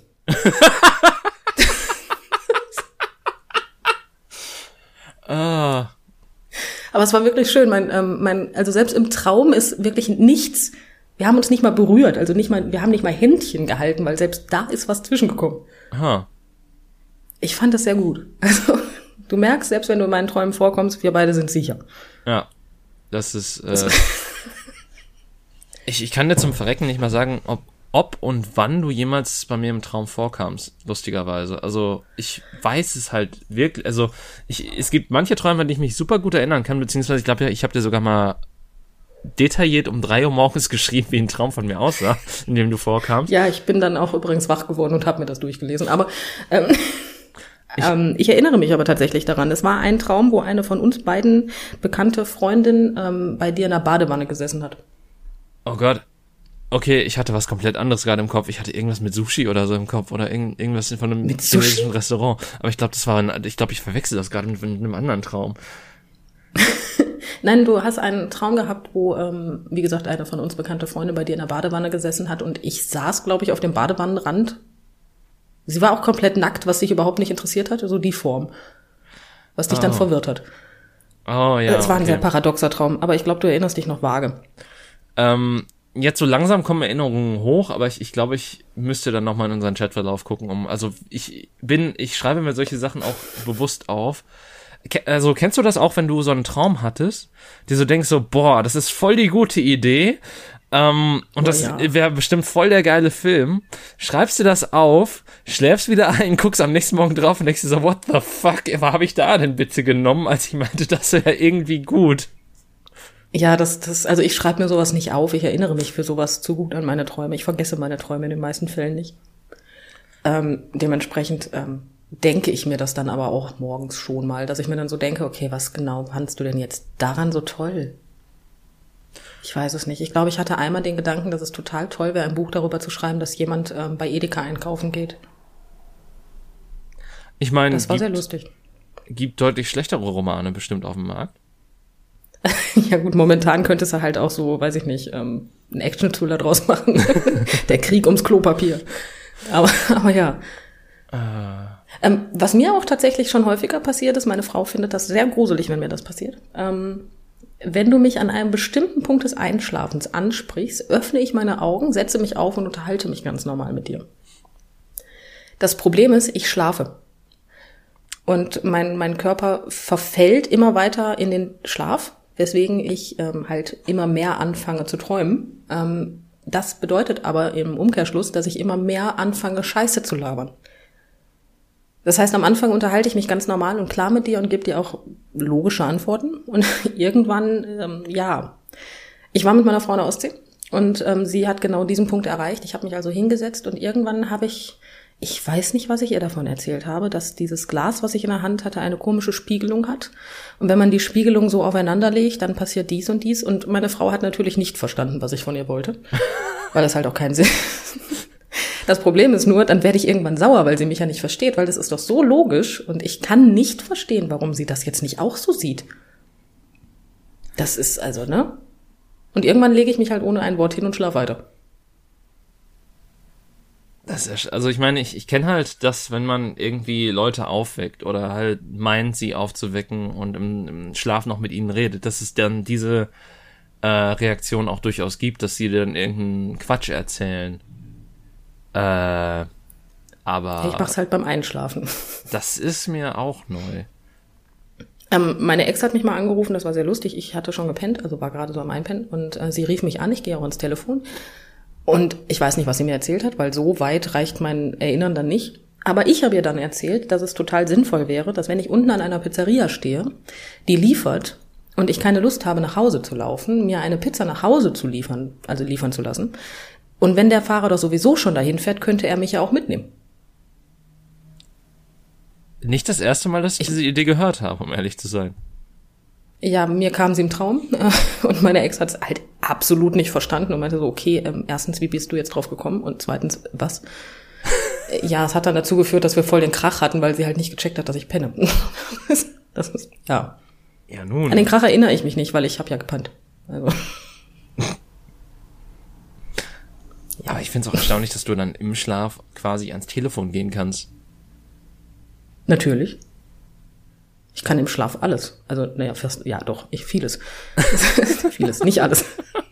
S3: Aber es war wirklich schön. Also selbst im Traum ist wirklich nichts. Wir haben uns nicht mal berührt, wir haben nicht mal Händchen gehalten, weil selbst da ist was zwischengekommen.
S2: Aha.
S3: Ich fand das sehr gut. Also du merkst, selbst wenn du in meinen Träumen vorkommst, wir beide sind sicher.
S2: Ja, das ist. Ich kann dir zum Verrecken nicht mal sagen, ob und wann du jemals bei mir im Traum vorkamst, lustigerweise. Also ich weiß es halt wirklich, also es gibt manche Träume, an die ich mich super gut erinnern kann, beziehungsweise ich glaube ja, ich habe dir sogar mal detailliert um 3 Uhr morgens geschrieben, wie ein Traum von mir aussah, in dem du vorkamst.
S3: Ja, ich bin dann auch übrigens wach geworden und habe mir das durchgelesen, aber ich erinnere mich aber tatsächlich daran. Es war ein Traum, wo eine von uns beiden bekannte Freundin bei dir in der Badewanne gesessen hat.
S2: Oh Gott. Okay, ich hatte was komplett anderes gerade im Kopf. Ich hatte irgendwas mit Sushi oder so im Kopf oder irgendwas von einem chinesischen Restaurant. Aber ich glaube, ich verwechsel das gerade mit einem anderen Traum.
S3: Nein, du hast einen Traum gehabt, wo, wie gesagt, eine von uns bekannte Freundin bei dir in der Badewanne gesessen hat und ich saß, glaube ich, auf dem Badewannenrand. Sie war auch komplett nackt, was dich überhaupt nicht interessiert hat, so die Form, was dich dann verwirrt hat.
S2: Oh ja.
S3: Es war ein sehr paradoxer Traum, aber ich glaube, du erinnerst dich noch vage.
S2: Jetzt so langsam kommen Erinnerungen hoch, aber ich glaube, ich müsste dann nochmal in unseren Chatverlauf gucken, ich schreibe mir solche Sachen auch bewusst auf. Also kennst du das auch, wenn du so einen Traum hattest, dir so denkst so, boah, das ist voll die gute Idee, und das wäre bestimmt voll der geile Film, schreibst dir das auf, schläfst wieder ein, guckst am nächsten Morgen drauf und denkst dir so, what the fuck, was habe ich da denn bitte genommen, als ich meinte, das wäre irgendwie gut.
S3: Ja, also ich schreibe mir sowas nicht auf, ich erinnere mich für sowas zu gut an meine Träume, ich vergesse meine Träume in den meisten Fällen nicht. Dementsprechend denke ich mir das dann aber auch morgens schon mal, dass ich mir dann so denke, okay, was genau fandst du denn jetzt daran so toll? Ich weiß es nicht. Ich glaube, ich hatte einmal den Gedanken, dass es total toll wäre, ein Buch darüber zu schreiben, dass jemand bei Edeka einkaufen geht.
S2: Ich meine,
S3: das war sehr lustig.
S2: Gibt deutlich schlechtere Romane bestimmt auf dem Markt.
S3: Ja gut, momentan könntest du halt auch so, weiß ich nicht, einen Action-Thriller draus machen. Der Krieg ums Klopapier. Aber ja. Was mir auch tatsächlich schon häufiger passiert ist, meine Frau findet das sehr gruselig, wenn mir das passiert. Wenn du mich an einem bestimmten Punkt des Einschlafens ansprichst, öffne ich meine Augen, setze mich auf und unterhalte mich ganz normal mit dir. Das Problem ist, ich schlafe. Und mein Körper verfällt immer weiter in den Schlaf, weswegen ich halt immer mehr anfange zu träumen. Das bedeutet aber im Umkehrschluss, dass ich immer mehr anfange, Scheiße zu labern. Das heißt, am Anfang unterhalte ich mich ganz normal und klar mit dir und gebe dir auch logische Antworten. Und irgendwann, ich war mit meiner Frau in der Ostsee und sie hat genau diesen Punkt erreicht. Ich habe mich also hingesetzt und irgendwann habe ich weiß nicht, was ich ihr davon erzählt habe, dass dieses Glas, was ich in der Hand hatte, eine komische Spiegelung hat. Und wenn man die Spiegelung so aufeinander legt, dann passiert dies und dies. Und meine Frau hat natürlich nicht verstanden, was ich von ihr wollte, weil das halt auch keinen Sinn. Das Problem ist nur, dann werde ich irgendwann sauer, weil sie mich ja nicht versteht, weil das ist doch so logisch und ich kann nicht verstehen, warum sie das jetzt nicht auch so sieht. Das ist also, ne? Und irgendwann lege ich mich halt ohne ein Wort hin und schlaf weiter.
S2: Das ist, also ich meine, ich kenne halt das, wenn man irgendwie Leute aufweckt oder halt meint, sie aufzuwecken und im Schlaf noch mit ihnen redet, dass es dann diese Reaktion auch durchaus gibt, dass sie dann irgendeinen Quatsch erzählen. Aber
S3: Ich mach's halt beim Einschlafen.
S2: das ist mir auch neu.
S3: Meine Ex hat mich mal angerufen, das war sehr lustig. Ich hatte schon gepennt, also war gerade so am Einpennen. Und sie rief mich an, ich gehe auch ans Telefon. Und ich weiß nicht, was sie mir erzählt hat, weil so weit reicht mein Erinnern dann nicht. Aber ich habe ihr dann erzählt, dass es total sinnvoll wäre, dass wenn ich unten an einer Pizzeria stehe, die liefert und ich keine Lust habe, nach Hause zu laufen, mir eine Pizza nach Hause zu liefern, also liefern zu lassen. Und wenn der Fahrer doch sowieso schon dahin fährt, könnte er mich ja auch mitnehmen.
S2: Nicht das erste Mal, dass ich diese Idee gehört habe, um ehrlich zu sein.
S3: Ja, mir kam sie im Traum und meine Ex hat es halt absolut nicht verstanden und meinte so, okay, erstens, wie bist du jetzt drauf gekommen? Und zweitens, was? Ja, es hat dann dazu geführt, dass wir voll den Krach hatten, weil sie halt nicht gecheckt hat, dass ich penne. Das ist, ja.
S2: Ja, nun.
S3: An den Krach erinnere ich mich nicht, weil ich habe ja gepennt. Also.
S2: Aber ich finde es auch erstaunlich, dass du dann im Schlaf quasi ans Telefon gehen kannst.
S3: Natürlich. Ich kann im Schlaf alles. Also, naja, fast, ja doch, vieles. Vieles, nicht alles.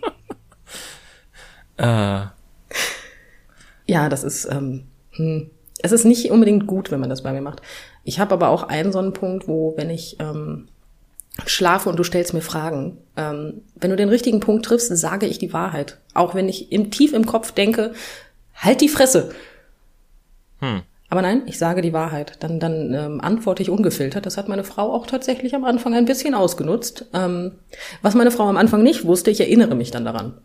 S3: Ja, das ist, es ist nicht unbedingt gut, wenn man das bei mir macht. Ich habe aber auch einen so einen Punkt, wo, wenn ich schlafe und du stellst mir Fragen, wenn du den richtigen Punkt triffst, sage ich die Wahrheit. Auch wenn ich tief im Kopf denke, halt die Fresse. Aber nein, ich sage die Wahrheit. Dann antworte ich ungefiltert. Das hat meine Frau auch tatsächlich am Anfang ein bisschen ausgenutzt. Was meine Frau am Anfang nicht wusste, ich erinnere mich dann daran.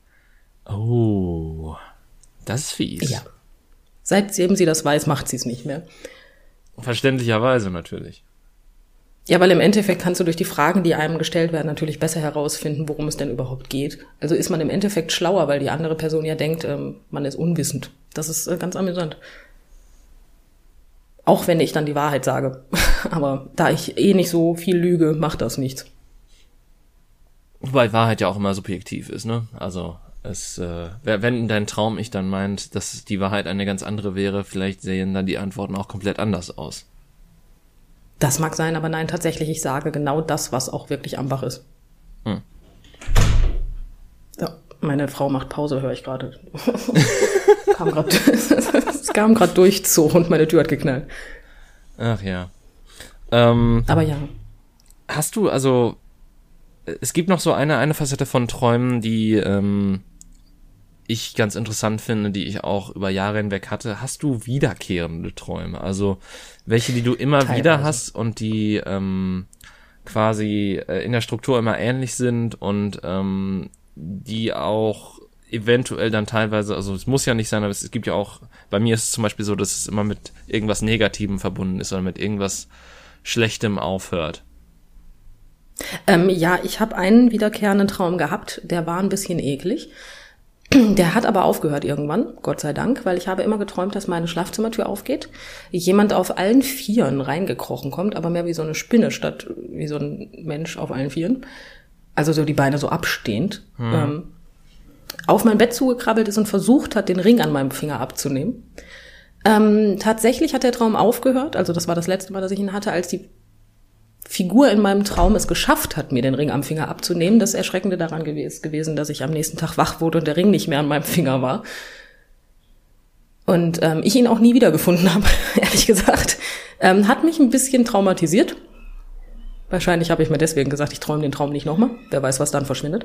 S2: Oh, das ist fies.
S3: Ja. Seitdem sie das weiß, macht sie es nicht mehr.
S2: Verständlicherweise natürlich.
S3: Ja, weil im Endeffekt kannst du durch die Fragen, die einem gestellt werden, natürlich besser herausfinden, worum es denn überhaupt geht. Also ist man im Endeffekt schlauer, weil die andere Person ja denkt, man ist unwissend. Das ist ganz amüsant. Auch wenn ich dann die Wahrheit sage. Aber da ich nicht so viel lüge, macht das nichts.
S2: Wobei Wahrheit ja auch immer subjektiv ist, ne? Also wenn dein Traum-Ich dann meint, dass die Wahrheit eine ganz andere wäre, vielleicht sehen dann die Antworten auch komplett anders aus.
S3: Das mag sein, aber nein, tatsächlich, ich sage genau das, was auch wirklich am Bach ist. Ja, meine Frau macht Pause, höre ich gerade. Es kam gerade durch Zoo und meine Tür hat geknallt.
S2: Ach ja.
S3: Aber ja.
S2: Hast du, also, es gibt noch so eine Facette von Träumen, die ich ganz interessant finde, die ich auch über Jahre hinweg hatte. Hast du wiederkehrende Träume? Also welche, die du immer
S3: Teilweise
S2: wieder hast und die quasi in der Struktur immer ähnlich sind und die auch eventuell dann teilweise, also es muss ja nicht sein, aber es gibt ja auch, bei mir ist es zum Beispiel so, dass es immer mit irgendwas Negativem verbunden ist oder mit irgendwas Schlechtem aufhört.
S3: Ja, ich habe einen wiederkehrenden Traum gehabt, der war ein bisschen eklig. Der hat aber aufgehört irgendwann, Gott sei Dank, weil ich habe immer geträumt, dass meine Schlafzimmertür aufgeht, jemand auf allen Vieren reingekrochen kommt, aber mehr wie so eine Spinne statt wie so ein Mensch auf allen Vieren. Also so die Beine so abstehend. Auf mein Bett zugekrabbelt ist und versucht hat, den Ring an meinem Finger abzunehmen. Tatsächlich hat der Traum aufgehört, also das war das letzte Mal, dass ich ihn hatte, als die Figur in meinem Traum es geschafft hat, mir den Ring am Finger abzunehmen. Das Erschreckende daran gewesen, dass ich am nächsten Tag wach wurde und der Ring nicht mehr an meinem Finger war. Und ich ihn auch nie wiedergefunden habe, ehrlich gesagt. Hat mich ein bisschen traumatisiert. Wahrscheinlich habe ich mir deswegen gesagt, ich träume den Traum nicht nochmal. Wer weiß, was dann verschwindet.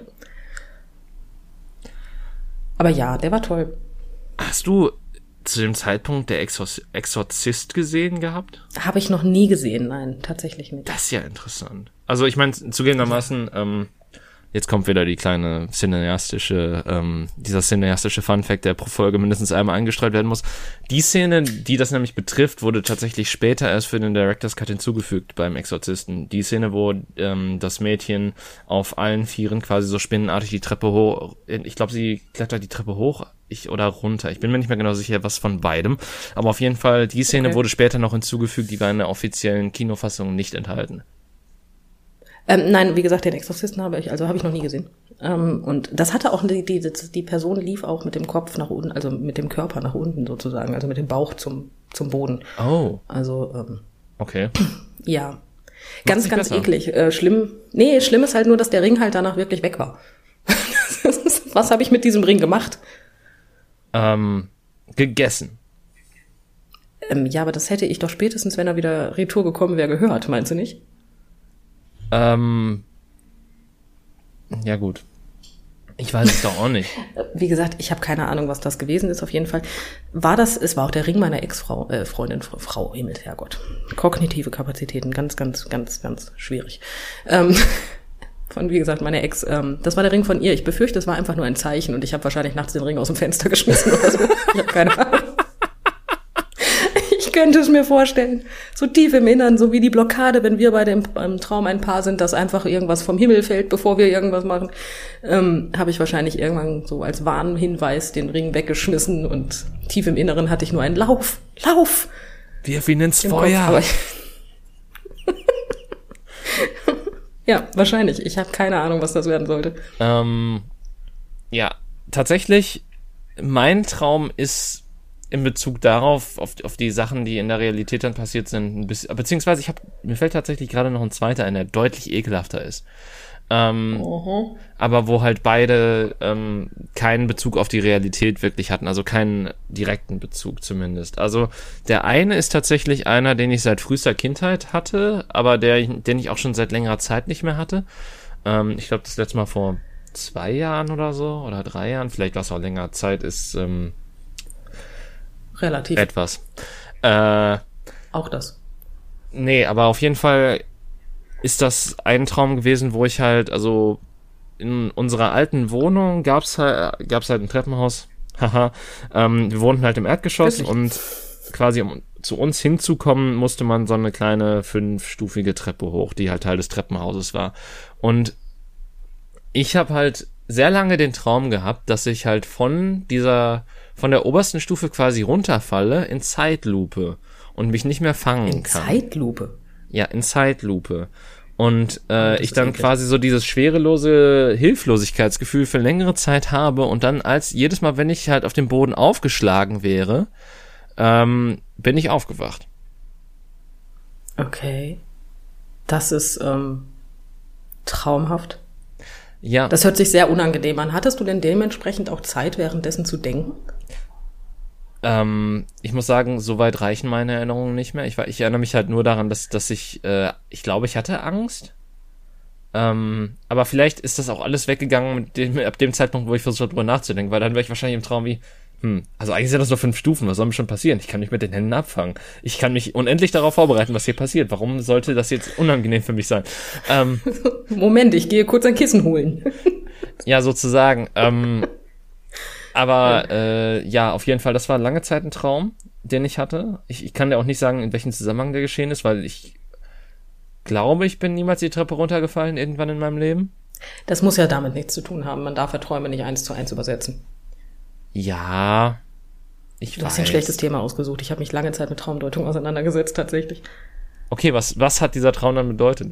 S3: Aber ja, der war toll.
S2: Hast du zu dem Zeitpunkt der Exorzist gesehen gehabt?
S3: Habe ich noch nie gesehen, nein, tatsächlich nicht.
S2: Das ist ja interessant. Also ich meine, zugegebenermaßen, jetzt kommt wieder die kleine dieser cineastische Funfact, der pro Folge mindestens einmal eingestreut werden muss. Die Szene, die das nämlich betrifft, wurde tatsächlich später erst für den Director's Cut hinzugefügt beim Exorzisten. Die Szene, wo das Mädchen auf allen Vieren quasi so spinnenartig die Treppe hoch, ich glaube, sie klettert die Treppe hoch oder runter. Ich bin mir nicht mehr genau sicher, was von beidem. Aber auf jeden Fall, die Szene wurde später noch hinzugefügt, die war in der offiziellen Kinofassung nicht enthalten.
S3: Nein, wie gesagt, den Exorzisten habe ich noch nie gesehen. Und das hatte auch, die Person lief auch mit dem Kopf nach unten, also mit dem Körper nach unten sozusagen, also mit dem Bauch zum Boden.
S2: Oh.
S3: Also,
S2: okay.
S3: Ja. Ganz eklig. Schlimm ist halt nur, dass der Ring halt danach wirklich weg war. Was habe ich mit diesem Ring gemacht?
S2: Gegessen.
S3: Ja, aber das hätte ich doch spätestens, wenn er wieder retour gekommen wäre, gehört, meinst du nicht?
S2: Ja gut. Ich weiß es doch auch nicht.
S3: Wie gesagt, ich habe keine Ahnung, was das gewesen ist. Auf jeden Fall es war auch der Ring meiner Ex-Freundin, Frau Himmel, Herrgott. Kognitive Kapazitäten, ganz, ganz, ganz, ganz schwierig. Wie gesagt, meine Ex, das war der Ring von ihr. Ich befürchte, es war einfach nur ein Zeichen und ich habe wahrscheinlich nachts den Ring aus dem Fenster geschmissen oder so. Ich habe keine Ahnung. Ich könnte es mir vorstellen. So tief im Innern, so wie die Blockade, wenn wir beide im Traum ein Paar sind, dass einfach irgendwas vom Himmel fällt, bevor wir irgendwas machen, habe ich wahrscheinlich irgendwann so als Warnhinweis den Ring weggeschmissen und tief im Inneren hatte ich nur einen Lauf!
S2: Wirf ihn ins Feuer!
S3: Ja, wahrscheinlich. Ich habe keine Ahnung, was das werden sollte.
S2: Ja, tatsächlich, mein Traum ist in Bezug darauf, auf die Sachen, die in der Realität dann passiert sind, ein bisschen, beziehungsweise mir fällt tatsächlich gerade noch ein zweiter ein, der deutlich ekelhafter ist. Aber wo halt beide keinen Bezug auf die Realität wirklich hatten, also keinen direkten Bezug zumindest. Also der eine ist tatsächlich einer, den ich seit frühester Kindheit hatte, aber den ich auch schon seit längerer Zeit nicht mehr hatte. Ich glaube, das letzte Mal vor 2 Jahren oder so, oder 3 Jahren, vielleicht war es auch länger Zeit, ist
S3: relativ.
S2: Etwas.
S3: Auch das.
S2: Nee, aber auf jeden Fall ist das ein Traum gewesen, wo ich halt, also in unserer alten Wohnung gab's halt ein Treppenhaus. Haha. Wir wohnten halt im Erdgeschoss und quasi um zu uns hinzukommen, musste man so eine kleine 5-stufige Treppe hoch, die halt Teil des Treppenhauses war. Und ich habe halt sehr lange den Traum gehabt, dass ich halt von der obersten Stufe quasi runterfalle in Zeitlupe und mich nicht mehr fangen kann.
S3: In Zeitlupe?
S2: Ja, in Zeitlupe. Und ich dann quasi so dieses schwerelose Hilflosigkeitsgefühl für längere Zeit habe und dann jedes Mal, wenn ich halt auf dem Boden aufgeschlagen wäre, bin ich aufgewacht.
S3: Okay. Das ist traumhaft.
S2: Ja.
S3: Das hört sich sehr unangenehm an. Hattest du denn dementsprechend auch Zeit, währenddessen zu denken?
S2: Ich muss sagen, soweit reichen meine Erinnerungen nicht mehr. Ich erinnere mich halt nur daran, dass ich glaube, ich hatte Angst. Aber vielleicht ist das auch alles weggegangen ab dem Zeitpunkt, wo ich versucht habe, darüber nachzudenken, weil dann wäre ich wahrscheinlich im Traum wie, also eigentlich sind das nur 5 Stufen, was soll mir schon passieren? Ich kann mich mit den Händen abfangen. Ich kann mich unendlich darauf vorbereiten, was hier passiert. Warum sollte das jetzt unangenehm für mich sein?
S3: Moment, ich gehe kurz ein Kissen holen.
S2: Ja, sozusagen. Aber ja, auf jeden Fall, das war lange Zeit ein Traum, den ich hatte. Ich kann dir auch nicht sagen, in welchem Zusammenhang der geschehen ist, weil ich glaube, ich bin niemals die Treppe runtergefallen, irgendwann in meinem Leben.
S3: Das muss ja damit nichts zu tun haben. Man darf ja Träume nicht 1:1 übersetzen.
S2: Ja,
S3: Du hast ein schlechtes Thema ausgesucht. Ich habe mich lange Zeit mit Traumdeutung auseinandergesetzt, tatsächlich.
S2: Okay, was hat dieser Traum dann bedeutet?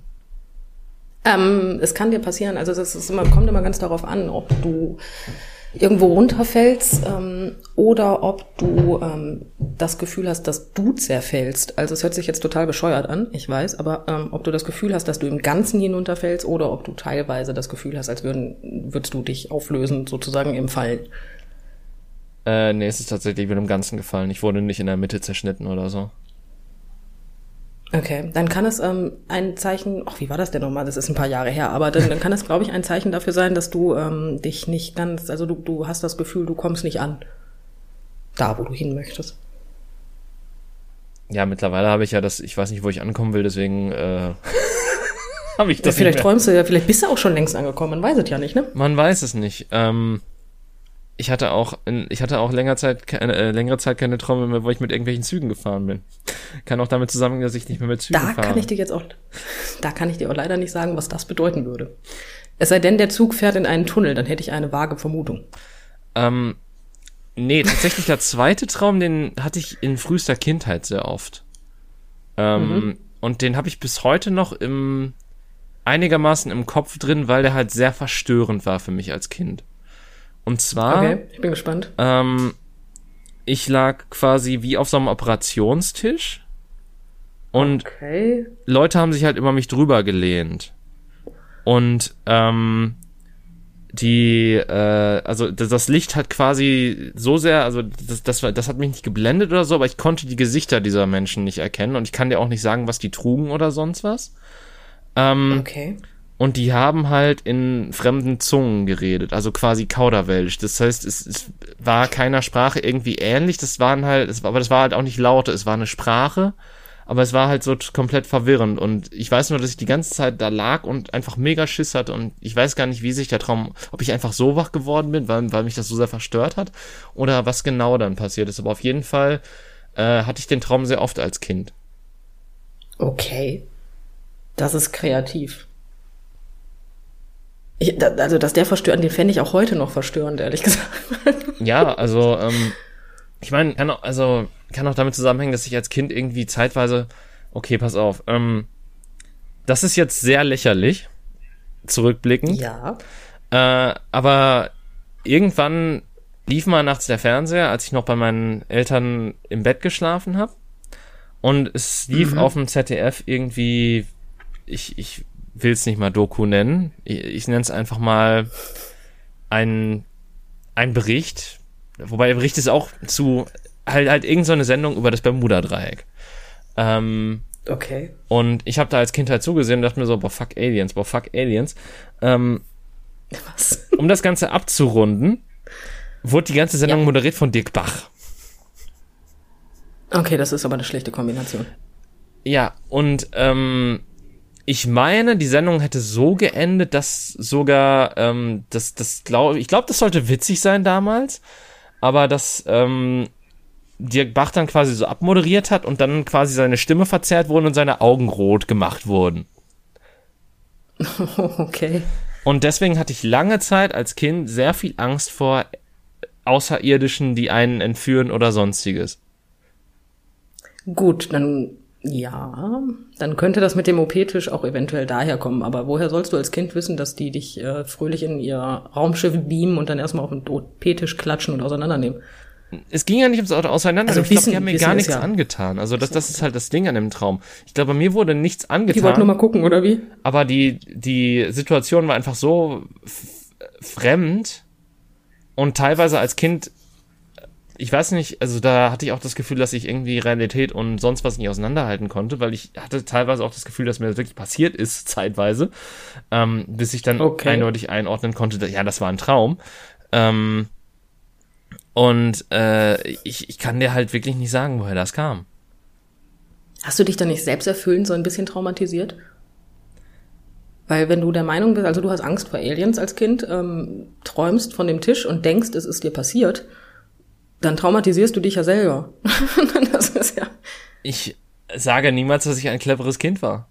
S3: Es kann dir passieren, also kommt immer ganz darauf an, ob du irgendwo runterfällst oder ob du das Gefühl hast, dass du zerfällst. Also es hört sich jetzt total bescheuert an, ich weiß, aber ob du das Gefühl hast, dass du im Ganzen hinunterfällst oder ob du teilweise das Gefühl hast, als würdest du dich auflösen, sozusagen im Fallen.
S2: Nee, es ist tatsächlich mit dem Ganzen gefallen. Ich wurde nicht in der Mitte zerschnitten oder so.
S3: Okay, dann kann es ein Zeichen, wie war das denn nochmal? Das ist ein paar Jahre her, aber dann kann es, glaube ich, ein Zeichen dafür sein, dass du dich nicht ganz, also du hast das Gefühl, du kommst nicht an. Da, wo du hin möchtest.
S2: Ja, mittlerweile habe ich ja ich weiß nicht, wo ich ankommen will, deswegen habe ich das
S3: vielleicht träumst du ja, vielleicht bist du auch schon längst angekommen, man weiß es ja nicht, ne?
S2: Man weiß es nicht. Ich hatte auch längere Zeit keine Träume mehr, wo ich mit irgendwelchen Zügen gefahren bin. Kann auch damit zusammenhängen, dass ich nicht mehr mit Zügen fahre. Da kann ich dir auch leider nicht sagen, was das bedeuten würde. Es sei denn, der Zug fährt in einen Tunnel, dann hätte ich eine vage Vermutung. Nee, tatsächlich der zweite Traum, den hatte ich in frühester Kindheit sehr oft. Und den habe ich bis heute noch einigermaßen im Kopf drin, weil der halt sehr verstörend war für mich als Kind. Und zwar,
S3: Okay, ich bin gespannt.
S2: ich lag quasi wie auf so einem Operationstisch und
S3: Okay.
S2: Leute haben sich halt über mich drüber gelehnt. Und also das Licht hat quasi so sehr, also das hat mich nicht geblendet oder so, aber ich konnte die Gesichter dieser Menschen nicht erkennen und ich kann dir auch nicht sagen, was die trugen oder sonst was.
S3: Okay.
S2: Und die haben halt in fremden Zungen geredet, also quasi Kauderwelsch. Das heißt, es war keiner Sprache irgendwie ähnlich, aber das war halt auch nicht laut, es war eine Sprache, aber es war halt so komplett verwirrend und ich weiß nur, dass ich die ganze Zeit da lag und einfach mega Schiss hatte und ich weiß gar nicht, wie sich der Traum, ob ich einfach so wach geworden bin, weil mich das so sehr verstört hat oder was genau dann passiert ist, aber auf jeden Fall hatte ich den Traum sehr oft als Kind.
S3: Okay. Das ist kreativ. Also, dass der verstörend, den fände ich auch heute noch verstörend, ehrlich gesagt.
S2: Ja, also, ich meine, kann auch damit zusammenhängen, dass ich als Kind irgendwie zeitweise, okay, pass auf, das ist jetzt sehr lächerlich, zurückblickend.
S3: Ja.
S2: Aber irgendwann lief mal nachts der Fernseher, als ich noch bei meinen Eltern im Bett geschlafen habe. Und es lief auf dem ZDF irgendwie, ich will es nicht mal Doku nennen, ich nenne es einfach mal ein Bericht, wobei der Bericht ist auch zu halt irgend so eine Sendung über das Bermuda-Dreieck.
S3: Okay.
S2: Und ich habe da als Kind halt zugesehen und dachte mir so, boah, fuck Aliens.
S3: Was?
S2: Um das Ganze abzurunden, wurde die ganze Sendung moderiert von Dirk Bach.
S3: Okay, das ist aber eine schlechte Kombination.
S2: Ja, und ich meine, die Sendung hätte so geendet, dass sogar, ich glaube, das sollte witzig sein damals, aber dass Dirk Bach dann quasi so abmoderiert hat und dann quasi seine Stimme verzerrt wurde und seine Augen rot gemacht wurden.
S3: Okay.
S2: Und deswegen hatte ich lange Zeit als Kind sehr viel Angst vor Außerirdischen, die einen entführen oder sonstiges.
S3: Gut, dann könnte das mit dem OP-Tisch auch eventuell daherkommen. Aber woher sollst du als Kind wissen, dass die dich fröhlich in ihr Raumschiff beamen und dann erstmal auf den OP-Tisch klatschen und auseinandernehmen?
S2: Es ging ja nicht ums Auseinander.
S3: Also
S2: ich glaube, die haben mir gar nichts angetan. Also das ist halt das Ding an dem Traum. Ich glaube, mir wurde nichts angetan.
S3: Die wollten nur mal gucken, oder wie?
S2: Aber die Situation war einfach so fremd und teilweise als Kind, ich weiß nicht, also da hatte ich auch das Gefühl, dass ich irgendwie Realität und sonst was nicht auseinanderhalten konnte, weil ich hatte teilweise auch das Gefühl, dass mir das wirklich passiert ist, zeitweise, bis ich dann eindeutig einordnen konnte, ja, das war ein Traum. Und ich kann dir halt wirklich nicht sagen, woher das kam.
S3: Hast du dich dann nicht selbsterfüllend so ein bisschen traumatisiert? Weil wenn du der Meinung bist, also du hast Angst vor Aliens als Kind, träumst von dem Tisch und denkst, es ist dir passiert, dann traumatisierst du dich ja selber. Das ist ja...
S2: Ich sage niemals, dass ich ein cleveres Kind war.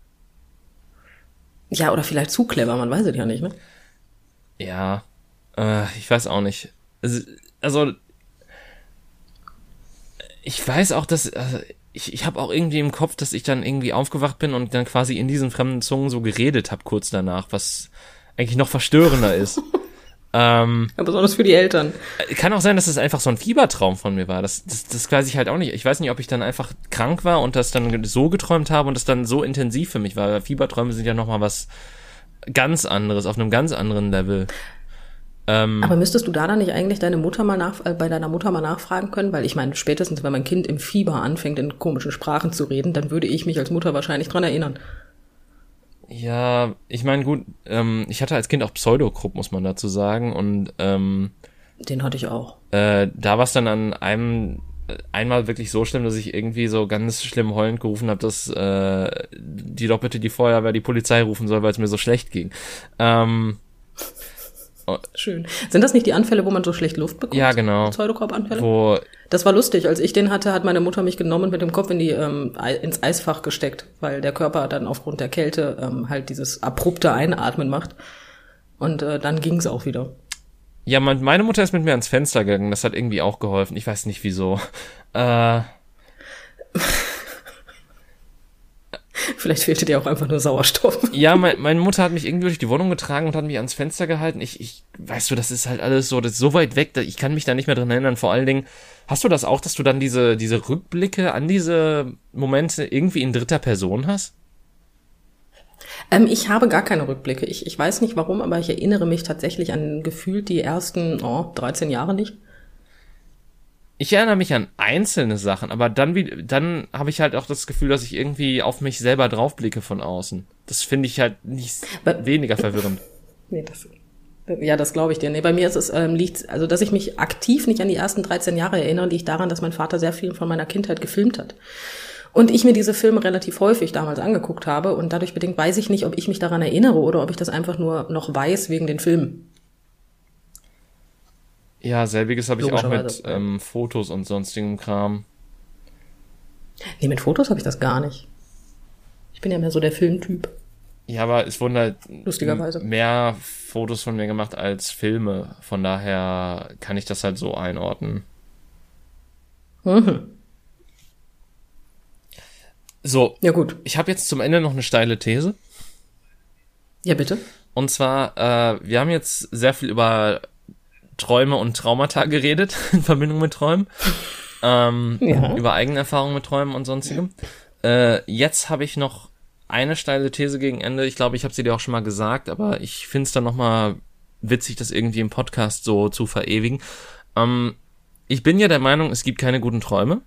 S3: Ja, oder vielleicht zu clever, man weiß es ja nicht, ne?
S2: Ja, ich weiß auch nicht. Also ich weiß auch, dass ich habe auch irgendwie im Kopf, dass ich dann irgendwie aufgewacht bin und dann quasi in diesen fremden Zungen so geredet habe kurz danach, was eigentlich noch verstörender ist.
S3: Ja, besonders für die Eltern.
S2: Kann auch sein, dass es einfach so ein Fiebertraum von mir war. Das weiß ich halt auch nicht. Ich weiß nicht, ob ich dann einfach krank war und das dann so geträumt habe und das dann so intensiv für mich war. Weil Fieberträume sind ja nochmal was ganz anderes, auf einem ganz anderen Level.
S3: Aber müsstest du da dann nicht eigentlich bei deiner Mutter mal nachfragen können? Weil ich meine, spätestens wenn mein Kind im Fieber anfängt, in komischen Sprachen zu reden, dann würde ich mich als Mutter wahrscheinlich dran erinnern.
S2: Ja, ich meine, gut, ich hatte als Kind auch Pseudokrupp, muss man dazu sagen. Und
S3: den hatte ich auch.
S2: Da war es dann an einmal wirklich so schlimm, dass ich irgendwie so ganz schlimm heulend gerufen habe, dass die doch bitte die Feuerwehr, die Polizei rufen soll, weil es mir so schlecht ging.
S3: Schön. Sind das nicht die Anfälle, wo man so schlecht Luft bekommt?
S2: Ja, genau.
S3: Pseudokorb-Anfälle? Das war lustig. Als ich den hatte, hat meine Mutter mich genommen und mit dem Kopf ins Eisfach gesteckt, weil der Körper dann aufgrund der Kälte halt dieses abrupte Einatmen macht. Und dann ging's auch wieder.
S2: Ja, meine Mutter ist mit mir ans Fenster gegangen. Das hat irgendwie auch geholfen. Ich weiß nicht, wieso.
S3: Vielleicht fehlte dir auch einfach nur Sauerstoff.
S2: Ja, meine Mutter hat mich irgendwie durch die Wohnung getragen und hat mich ans Fenster gehalten. Weißt du, das ist halt alles so, das ist so weit weg, ich kann mich da nicht mehr dran erinnern. Vor allen Dingen, hast du das auch, dass du dann diese Rückblicke an diese Momente irgendwie in dritter Person hast?
S3: Ich habe gar keine Rückblicke. Ich weiß nicht warum, aber ich erinnere mich tatsächlich an gefühlt die ersten 13 Jahre nicht.
S2: Ich erinnere mich an einzelne Sachen, aber dann habe ich halt auch das Gefühl, dass ich irgendwie auf mich selber draufblicke von außen. Das finde ich halt nicht weniger verwirrend.
S3: Nee, das glaube ich dir. Nee, bei mir ist es, also dass ich mich aktiv nicht an die ersten 13 Jahre erinnere, liegt daran, dass mein Vater sehr viel von meiner Kindheit gefilmt hat. Und ich mir diese Filme relativ häufig damals angeguckt habe und dadurch bedingt weiß ich nicht, ob ich mich daran erinnere oder ob ich das einfach nur noch weiß wegen den Filmen.
S2: Ja, selbiges habe ich auch mit Fotos und sonstigem Kram.
S3: Nee, mit Fotos habe ich das gar nicht. Ich bin ja mehr so der Filmtyp.
S2: Ja, aber es wurden halt
S3: lustigerweise
S2: mehr Fotos von mir gemacht als Filme. Von daher kann ich das halt so einordnen.
S3: Mhm.
S2: So,
S3: ja gut.
S2: Ich habe jetzt zum Ende noch eine steile These.
S3: Ja, bitte.
S2: Und zwar, wir haben jetzt sehr viel über Träume und Traumata geredet, in Verbindung mit Träumen. Über eigene Erfahrungen mit Träumen und sonstigem. Jetzt habe ich noch eine steile These gegen Ende. Ich glaube, ich habe sie dir auch schon mal gesagt, aber ich finde es dann nochmal witzig, das irgendwie im Podcast so zu verewigen. Ich bin ja der Meinung, es gibt keine guten Träume.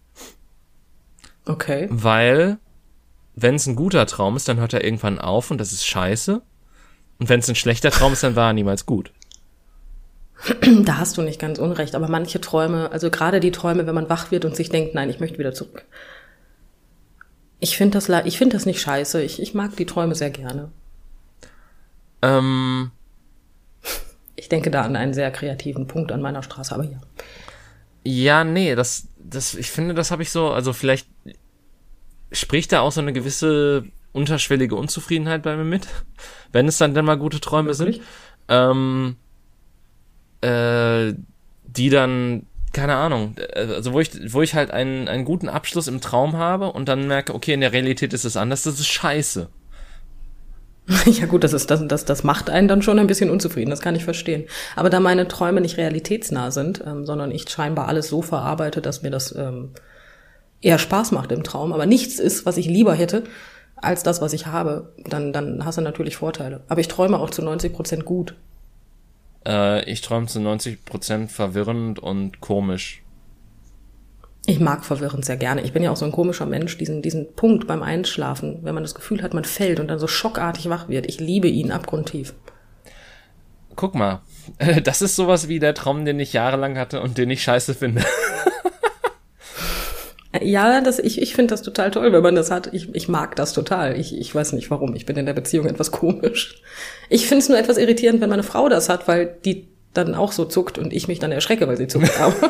S3: Okay.
S2: Weil, wenn es ein guter Traum ist, dann hört er irgendwann auf und das ist scheiße. Und wenn es ein schlechter Traum ist, dann war er niemals gut.
S3: Da hast du nicht ganz unrecht, aber manche Träume, also gerade die Träume, wenn man wach wird und sich denkt, nein, ich möchte wieder zurück. Ich finde das nicht scheiße. Ich mag die Träume sehr gerne. Ich denke da an einen sehr kreativen Punkt an meiner Straße, aber ja.
S2: Ja, nee, ich finde, das habe ich so, also vielleicht spricht da auch so eine gewisse unterschwellige Unzufriedenheit bei mir mit, wenn es dann mal gute Träume sind. Die dann, keine Ahnung, also wo ich halt einen guten Abschluss im Traum habe und dann merke, okay, in der Realität ist es anders, das ist scheiße.
S3: Ja gut, das macht einen dann schon ein bisschen unzufrieden, das kann ich verstehen. Aber da meine Träume nicht realitätsnah sind, sondern ich scheinbar alles so verarbeite, dass mir das eher Spaß macht im Traum, aber nichts ist, was ich lieber hätte, als das, was ich habe, dann hast du natürlich Vorteile. Aber ich träume auch zu 90% gut.
S2: Ich träume zu 90% verwirrend und komisch.
S3: Ich mag verwirrend sehr gerne. Ich bin ja auch so ein komischer Mensch, diesen Punkt beim Einschlafen, wenn man das Gefühl hat, man fällt und dann so schockartig wach wird. Ich liebe ihn abgrundtief.
S2: Guck mal, das ist sowas wie der Traum, den ich jahrelang hatte und den ich scheiße finde.
S3: Ja, ich finde das total toll, wenn man das hat. Ich mag das total. Ich weiß nicht warum. Ich bin in der Beziehung etwas komisch. Ich finde es nur etwas irritierend, wenn meine Frau das hat, weil die dann auch so zuckt und ich mich dann erschrecke, weil sie zuckt.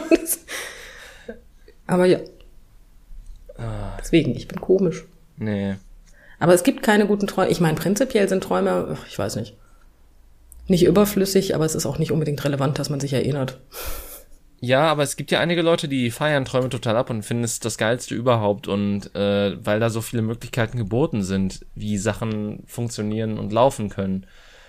S3: Aber ja. Deswegen, ich bin komisch.
S2: Nee.
S3: Aber es gibt keine guten Träume. Ich meine, prinzipiell sind Träume, ich weiß nicht überflüssig, aber es ist auch nicht unbedingt relevant, dass man sich erinnert.
S2: Ja, aber es gibt ja einige Leute, die feiern Träume total ab und finden es das Geilste überhaupt. Und weil da so viele Möglichkeiten geboten sind, wie Sachen funktionieren und laufen können.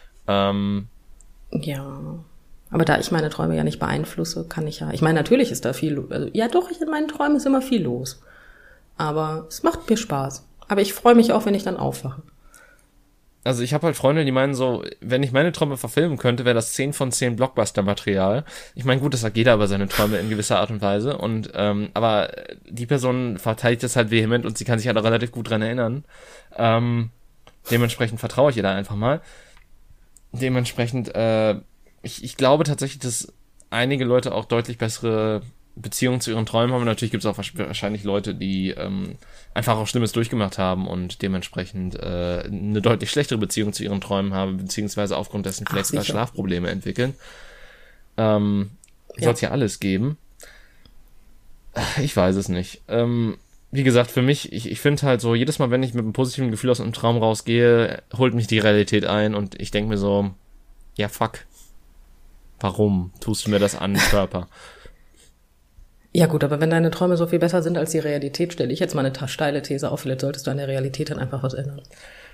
S3: Ja, aber da ich meine Träume ja nicht beeinflusse, kann ich ja... Ich meine, natürlich ist da viel... Also, ja doch, in meinen Träumen ist immer viel los. Aber es macht mir Spaß. Aber ich freue mich auch, wenn ich dann aufwache.
S2: Also ich habe halt Freunde, die meinen so, wenn ich meine Träume verfilmen könnte, wäre das 10 von 10 Blockbuster-Material. Ich meine, gut, das sagt jeder über seine Träume in gewisser Art und Weise. Und aber die Person verteidigt das halt vehement und sie kann sich halt auch relativ gut dran erinnern. Dementsprechend vertraue ich ihr da einfach mal. Dementsprechend, ich glaube tatsächlich, dass einige Leute auch deutlich bessere Beziehungen zu ihren Träumen haben. Und natürlich gibt es auch wahrscheinlich Leute, die einfach auch Schlimmes durchgemacht haben und dementsprechend eine deutlich schlechtere Beziehung zu ihren Träumen haben, beziehungsweise aufgrund dessen vielleicht sogar Schlafprobleme entwickeln. Soll es ja alles geben. Ich weiß es nicht. Wie gesagt, für mich, ich finde halt so, jedes Mal, wenn ich mit einem positiven Gefühl aus einem Traum rausgehe, holt mich die Realität ein und ich denke mir so, ja fuck, warum tust du mir das an, Körper?
S3: Ja gut, aber wenn deine Träume so viel besser sind als die Realität, stelle ich jetzt mal eine steile These auf, vielleicht solltest du an der Realität dann einfach was ändern.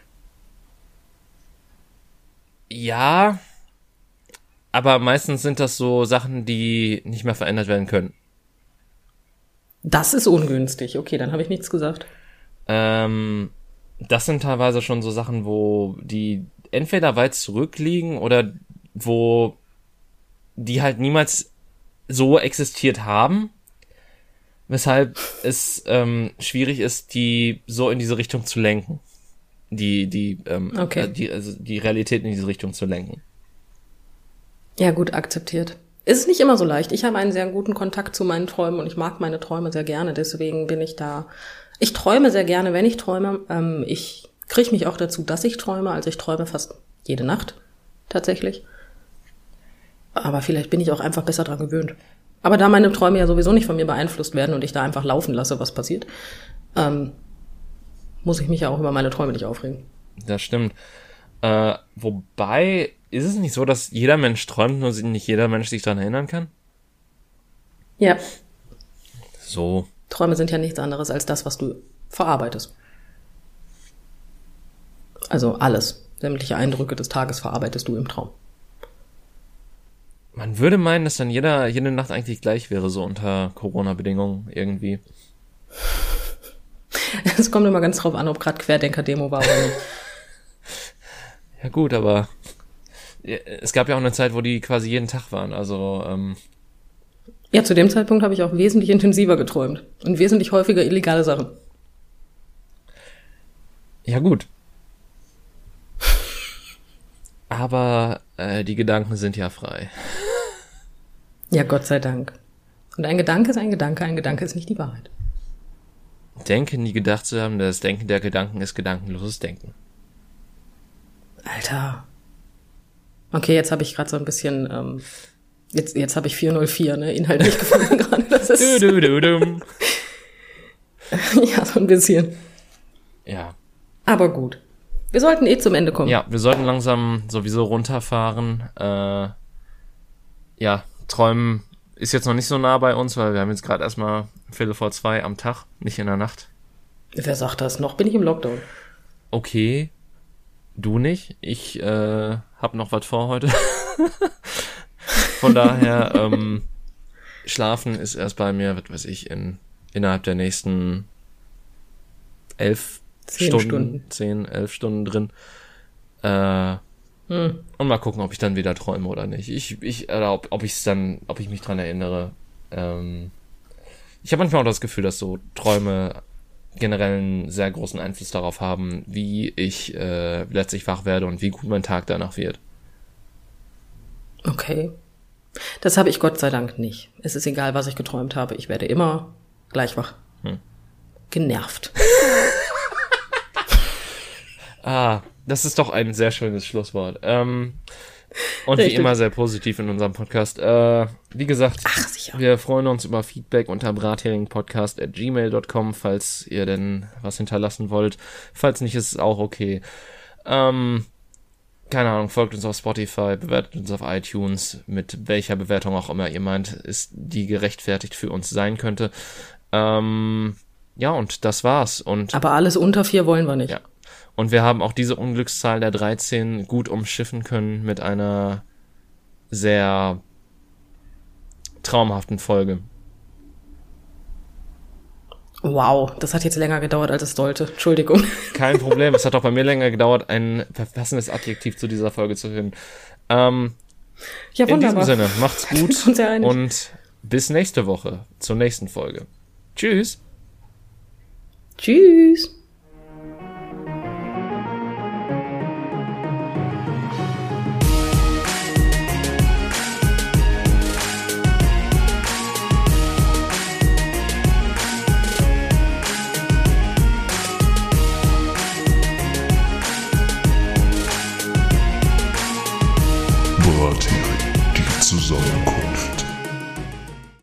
S2: Ja, aber meistens sind das so Sachen, die nicht mehr verändert werden können.
S3: Das ist ungünstig. Okay, dann habe ich nichts gesagt.
S2: Das sind teilweise schon so Sachen, wo die entweder weit zurückliegen oder wo die halt niemals so existiert haben, weshalb es schwierig ist, die so in diese Richtung zu lenken. Die Realität in diese Richtung zu lenken.
S3: Ja gut, akzeptiert. Ist nicht immer so leicht. Ich habe einen sehr guten Kontakt zu meinen Träumen und ich mag meine Träume sehr gerne. Deswegen bin ich da. Ich träume sehr gerne, wenn ich träume. Ich kriege mich auch dazu, dass ich träume. Also ich träume fast jede Nacht tatsächlich. Aber vielleicht bin ich auch einfach besser dran gewöhnt. Aber da meine Träume ja sowieso nicht von mir beeinflusst werden und ich da einfach laufen lasse, was passiert, muss ich mich ja auch über meine Träume nicht aufregen.
S2: Das stimmt. Wobei, ist es nicht so, dass jeder Mensch träumt, nur nicht jeder Mensch sich daran erinnern kann?
S3: Ja.
S2: So.
S3: Träume sind ja nichts anderes als das, was du verarbeitest. Also alles. Sämtliche Eindrücke des Tages verarbeitest du im Traum.
S2: Man würde meinen, dass dann jede Nacht eigentlich gleich wäre, so unter Corona-Bedingungen irgendwie.
S3: Es kommt immer ganz drauf an, ob gerade Querdenker-Demo war oder nicht.
S2: Ja gut, aber es gab ja auch eine Zeit, wo die quasi jeden Tag waren, also
S3: Ja, zu dem Zeitpunkt habe ich auch wesentlich intensiver geträumt und wesentlich häufiger illegale Sachen.
S2: Ja gut. Aber die Gedanken sind ja frei.
S3: Ja, Gott sei Dank. Und ein Gedanke ist ein Gedanke ist nicht die Wahrheit.
S2: Denken, nie gedacht zu haben, das Denken der Gedanken ist gedankenloses Denken.
S3: Alter. Okay, jetzt habe ich gerade so ein bisschen, jetzt habe ich 404, ne, inhaltlich gefunden gerade. Das ist ja, so ein bisschen.
S2: Ja.
S3: Aber gut. Wir sollten zum Ende kommen.
S2: Ja, wir sollten langsam sowieso runterfahren. Ja, Träumen ist jetzt noch nicht so nah bei uns, weil wir haben jetzt gerade erstmal 1:45 am Tag, nicht in der Nacht.
S3: Wer sagt das? Noch bin ich im Lockdown.
S2: Okay, du nicht. Ich hab noch was vor heute. Von daher, Schlafen ist erst bei mir, was weiß ich, innerhalb der nächsten 11 Stunden. 10, 11 Stunden drin. Und mal gucken, ob ich dann wieder träume oder nicht. Ob ich mich dran erinnere. Ich habe manchmal auch das Gefühl, dass so Träume generell einen sehr großen Einfluss darauf haben, wie ich letztlich wach werde und wie gut mein Tag danach wird.
S3: Okay. Das habe ich Gott sei Dank nicht. Es ist egal, was ich geträumt habe. Ich werde immer gleich wach. Genervt.
S2: Das ist doch ein sehr schönes Schlusswort. Und
S3: Richtig.
S2: wie immer sehr positiv in unserem Podcast. Wie gesagt,
S3: Sicher.
S2: wir freuen uns über Feedback unter bratheringenpodcast@gmail.com, falls ihr denn was hinterlassen wollt. Falls nicht, ist es auch okay. Keine Ahnung, folgt uns auf Spotify, bewertet uns auf iTunes, mit welcher Bewertung auch immer ihr meint, ist die gerechtfertigt für uns sein könnte. Ja, und das war's.
S3: Aber alles unter 4 wollen wir nicht.
S2: Ja. Und wir haben auch diese Unglückszahl der 13 gut umschiffen können mit einer sehr traumhaften Folge.
S3: Wow, das hat jetzt länger gedauert, als es sollte. Entschuldigung.
S2: Kein Problem, es hat auch bei mir länger gedauert, ein passendes Adjektiv zu dieser Folge zu finden.
S3: Ja,
S2: in
S3: wunderbar.
S2: diesem Sinne, macht's gut
S3: Sind uns sehr einig.
S2: und bis nächste Woche zur nächsten Folge. Tschüss!
S3: Tschüss.